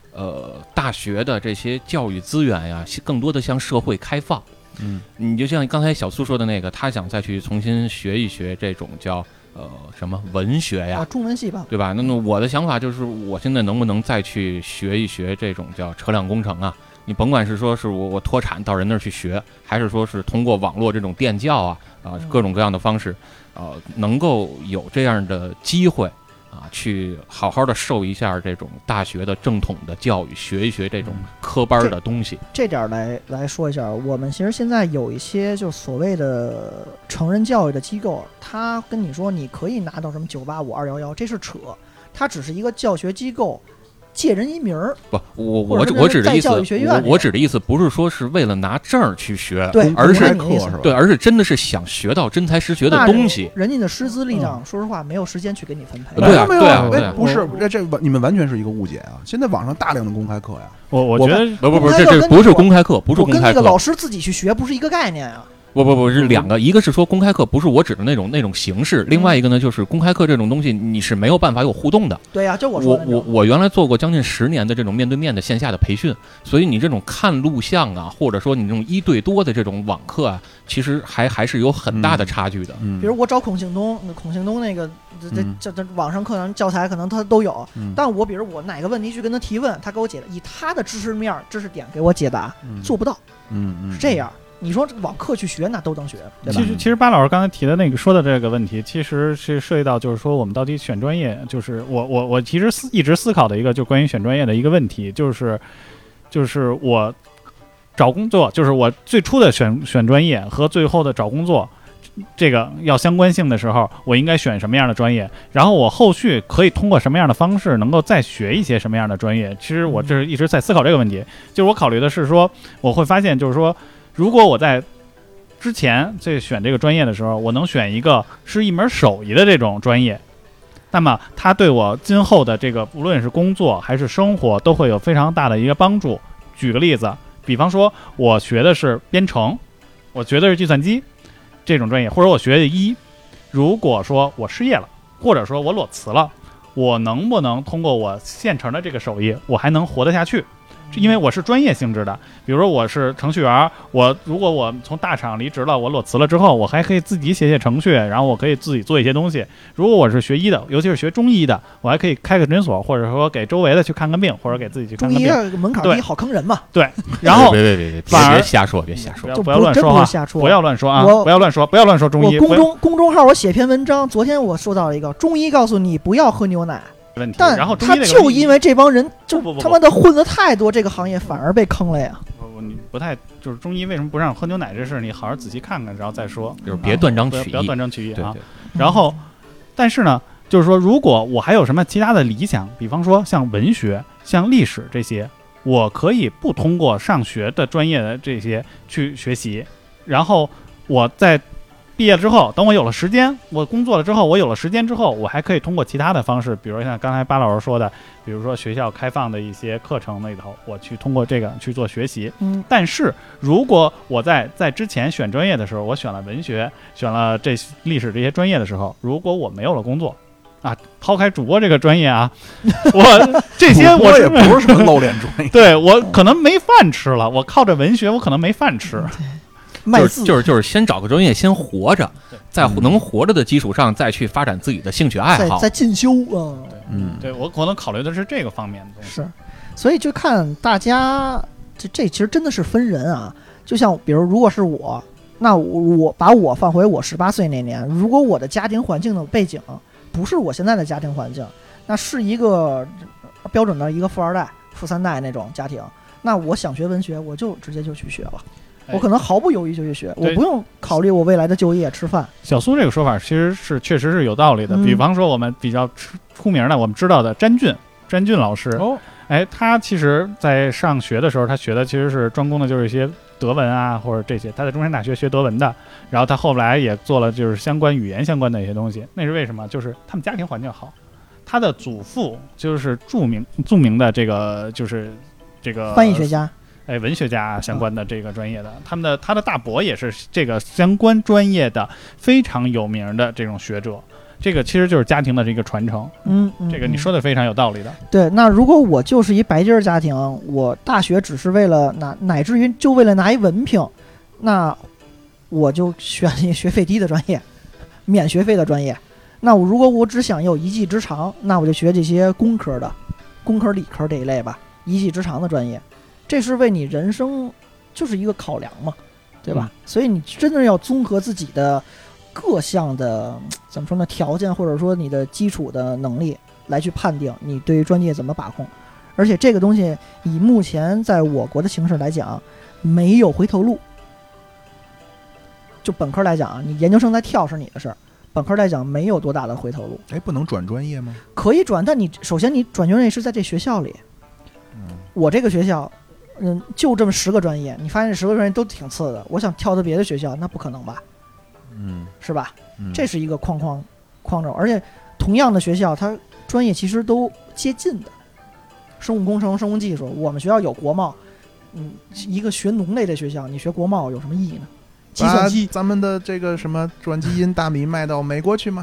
大学的这些教育资源呀，更多的向社会开放。你就像刚才小苏说的那个，他想再去重新学一学这种叫什么文学呀， 中文系吧， 对吧？那么我的想法就是，我现在能不能再去学一学这种叫车辆工程啊？你甭管是说是我脱产到人那儿去学，还是说是通过网络这种电教各种各样的方式，能够有这样的机会去好好的受一下这种大学的正统的教育，学一学这种科班的东西。 这点来说一下，我们其实现在有一些就所谓的成人教育的机构，他跟你说你可以拿到什么985、211，这是扯，它只是一个教学机构。借人一名儿不，我指的意思，我指的意思不是说是为了拿证去学， 对， 而是对， 而是真的是想学到真才实学的东西。 人家的师资力量，说实话没有时间去给你分配。 对啊， 不是，这你们完全是一个误解啊！现在网上大量的公开课呀， 我觉得不，这不是公开课，不是公开课， 跟那个老师自己去学不是一个概念啊。 不是两个，一个是说公开课不是我指的那种形式，另外一个呢就是公开课这种东西你是没有办法有互动的。 对呀，就我说的我原来做过将近10年的这种面对面的线下的培训，所以你这种看录像啊，或者说你这种1对多的这种网课啊，其实还是有很大的差距的。 比如我找孔庆东那个这网上课程教材可能他都有，但我比如我哪个问题去跟他提问，他给我解答，以他的知识点给我解答，做不到。是这样。你说网课去学那都能学，对吧？ 其实巴老师刚才提的那个说的这个问题，其实是涉及到就是说我们到底选专业，就是我其实一直思考的一个就关于选专业的一个问题，就是我找工作，就是我最初的选专业和最后的找工作这个要相关性的时候，我应该选什么样的专业？然后我后续可以通过什么样的方式能够再学一些什么样的专业？其实我这是一直在思考这个问题，就是我考虑的是说，我会发现就是说。如果我在之前在选这个专业的时候，我能选一个是一门手艺的这种专业，那么它对我今后的这个无论是工作还是生活都会有非常大的一个帮助。举个例子，比方说我学的是编程，我学的是计算机这种专业，或者我学的如果说我失业了，或者说我裸辞了，我能不能通过我现成的这个手艺，我还能活得下去？因为我是专业性质的，比如说我是程序员，如果我从大厂离职了，我裸辞了之后，我还可以自己写程序，然后我可以自己做一些东西。如果我是学医的，尤其是学中医的，我还可以开个诊所，或者说给周围的去看看病，或者给自己去看看病。 中医门槛低，好坑人嘛。 对，然后别瞎说， 不要乱说啊！不要乱说啊！不要乱说中医。 公众号我写篇文章，昨天我收到了一个中医告诉你不要喝牛奶。 问题， 但然后他就因为这帮人就他妈的混得太多，这个行业反而被坑了呀。 你不太就是中医为什么不让喝牛奶这事，你好好仔细看看，然后再说， 就是别断章取义， 不要断章取义啊。 对。 然后，但是呢，就是说，如果我还有什么其他的理想，比方说像文学、像历史这些，我可以不通过上学的专业的这些去学习，然后我在毕业之后，等我有了时间，我工作了之后，我有了时间之后，我还可以通过其他的方式，比如像刚才巴老师说的，比如说学校开放的一些课程里头，我去通过这个去做学习。但是如果我在之前选专业的时候，我选了文学，选了历史这些专业的时候，如果我没有了工作啊，抛开主播这个专业啊，我这些我也不是什么露脸专业， 对，我可能没饭吃了，我靠着文学，我可能没饭吃。 就是先找个专业先活着，在能活着的基础上再去发展自己的兴趣爱好， 再进修啊。 对，我可能考虑的是这个方面的。 是，所以就看大家这其实真的是分人啊。就像比如如果是我，那我把我放回我18岁那年，如果我的家庭环境的背景不是我现在的家庭环境，那是一个标准的一个富二代、富三代那种家庭，那我想学文学，我就直接就去学了。我可能毫不犹豫就去学，我不用考虑我未来的就业吃饭。 小苏这个说法其实是确实是有道理的。比方说我们比较出名的，我们知道的詹俊老师，他其实在上学的时候，他学的其实是专攻的就是一些德文啊或者这些，他在中山大学学德文的，然后他后来也做了就是相关语言相关的一些东西。那是为什么？就是他们家庭环境好，他的祖父就是著名的这个就是这个翻译学家。 文学家相关的这个专业的，他的大伯也是这个相关专业的非常有名的这种学者。 这个其实就是家庭的这个传承。这个你说的非常有道理的。 对，那如果我就是一白金家庭，我大学只是为了乃至于就为了拿一文凭，那我就选一学费低的专业，免学费的专业。那如果我只想有一技之长，那我就学这些工科的、工科理科这一类吧，一技之长的专业，这是为你人生就是一个考量嘛，对吧？所以你真的要综合自己的各项的怎么说呢条件，或者说你的基础的能力来去判定你对于专业怎么把控。而且这个东西以目前在我国的形势来讲，没有回头路。就本科来讲，你研究生再跳是你的事儿，本科来讲没有多大的回头路。 不能转专业吗？可以转，但你首先你转专业是在这学校里。我这个学校就这么10个专业，你发现这10个专业都挺次的，我想跳到别的学校那不可能吧，是吧？这是一个框轴。而且同样的学校它专业其实都接近的，生物工程、生物技术，我们学校有国贸，一个学农类的学校你学国贸有什么意义呢？计算机， 咱们的这个什么转基因大米卖到美国去吗？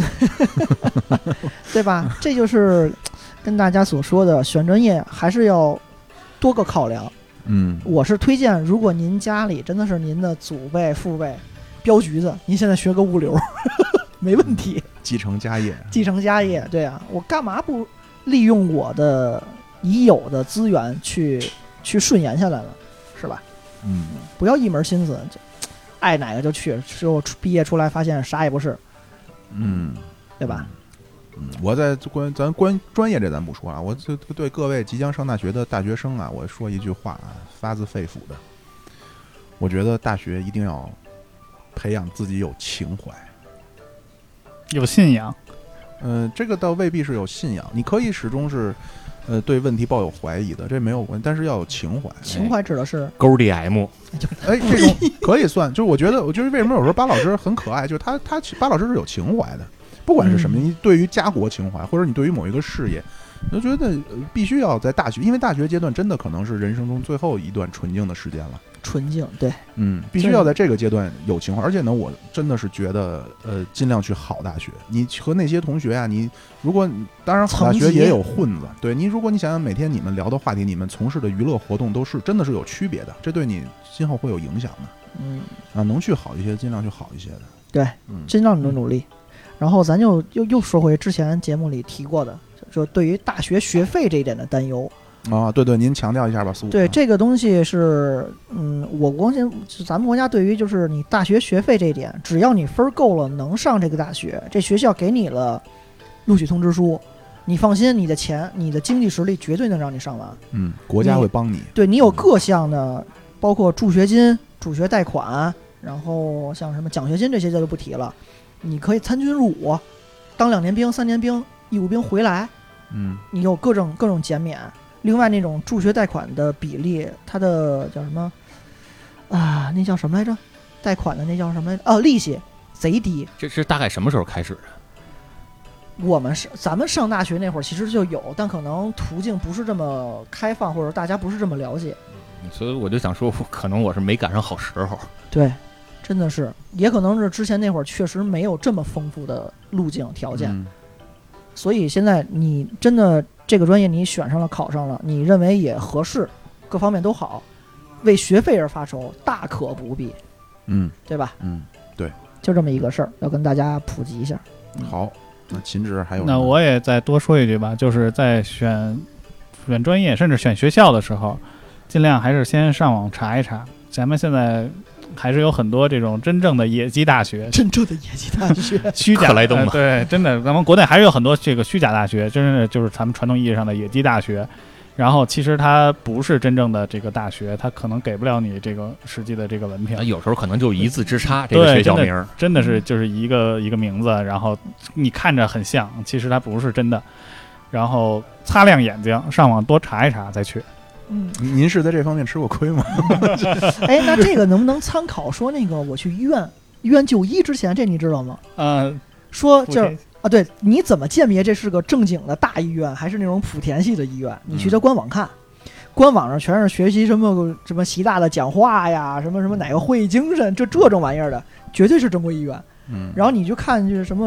对吧？这就是跟大家所说的，选专业还是要多个考量。我是推荐，如果您家里真的是您的祖辈父辈镖局子，您现在学个物流没问题， 继承家业。 对啊，我干嘛不利用我的已有的资源去顺延下来了，是吧？不要一门心思爱哪个就去，之后毕业出来发现啥也不是，对吧？ 我在咱关专业这咱不说啊，我对各位即将上大学的大学生啊，我说一句话啊，发自肺腑的，我觉得大学一定要培养自己有情怀， 有信仰。 这个倒未必是有信仰，你可以始终是对问题抱有怀疑的，这没有关系，但是要有情怀。 情怀指的是勾 DM， 这种可以算。就是我觉得为什么有时候巴老师很可爱，就是他巴老师是有情怀的，不管是什么，你对于家国情怀，或者你对于某一个事业，我觉得必须要在大学，因为大学阶段真的可能是人生中最后一段纯净的时间了。 纯净，对， 必须要在这个阶段有情怀，而且呢，我真的是觉得，尽量去好大学。你和那些同学啊，你如果当然好大学也有混子，对你，如果你想想每天你们聊的话题，你们从事的娱乐活动都是真的是有区别的，这对你今后会有影响的。能去好一些，尽量去好一些的。 对，尽量努力。然后咱就又说回之前节目里提过的，就对于大学学费这一点的担忧。 对，您强调一下吧，苏。 对，这个东西是，我国咱们国家对于就是你大学学费这一点，只要你分够了，能上这个大学，这学校给你了录取通知书，你放心，你的钱、你的经济实力绝对能让你上完。 国家会帮你。 对，你有各项的，包括助学金、助学贷款，然后像什么奖学金这些就不提了，你可以参军入伍，当2年兵、3年兵、义务兵回来，你有各种减免。另外那种助学贷款的比例，它的叫什么啊？那叫什么来着？贷款的那叫什么来着？利息贼低。 这是大概什么时候开始的？ 咱们上大学那会儿其实就有，但可能途径不是这么开放，或者大家不是这么了解。 所以我就想说，可能我是没赶上好时候。 对，真的是，也可能是之前那会儿确实没有这么丰富的路径条件，所以现在你真的。这个专业你选上了，考上了，你认为也合适，各方面都好，为学费而发愁，大可不必，对吧？ 对， 就这么一个事儿，要跟大家普及一下。 好，那秦直还有， 那我也再多说一句吧，就是在选专业甚至选学校的时候，尽量还是先上网查一查，咱们现在还是有很多这种真正的野鸡大学，虚假来东对，真的，咱们国内还是有很多这个虚假大学，真的就是咱们传统意义上的野鸡大学。然后其实它不是真正的这个大学，它可能给不了你这个实际的这个文凭， 有时候可能就一字之差。这个学校名真的是就是一个名字，然后你看着很像，其实它不是真的。然后擦亮眼睛，上网多查一查再去。 您是在这方面吃过亏吗？ 那这个能不能参考说那个我去医院就医之前，这你知道吗？说就是对，你怎么鉴别这是个正经的大医院还是那种莆田系的医院？你去他官网看，官网上全是学习什么习大的讲话呀，什么哪个会议精神，这种玩意儿的，绝对是正规医院。然后你就看就是什么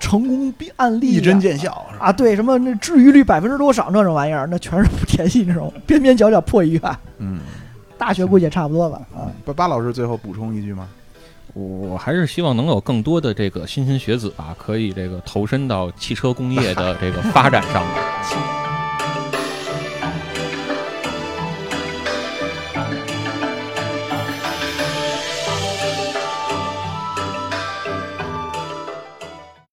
成功案例、 一针见效啊，对，什么那治愈率多少那种玩意儿，那全是莆田系那种边边角角破医院。大学估计也差不多吧。啊， 巴老师最后补充一句吗？ 我还是希望能有更多的这个莘莘学子啊，可以这个投身到汽车工业的这个发展上面。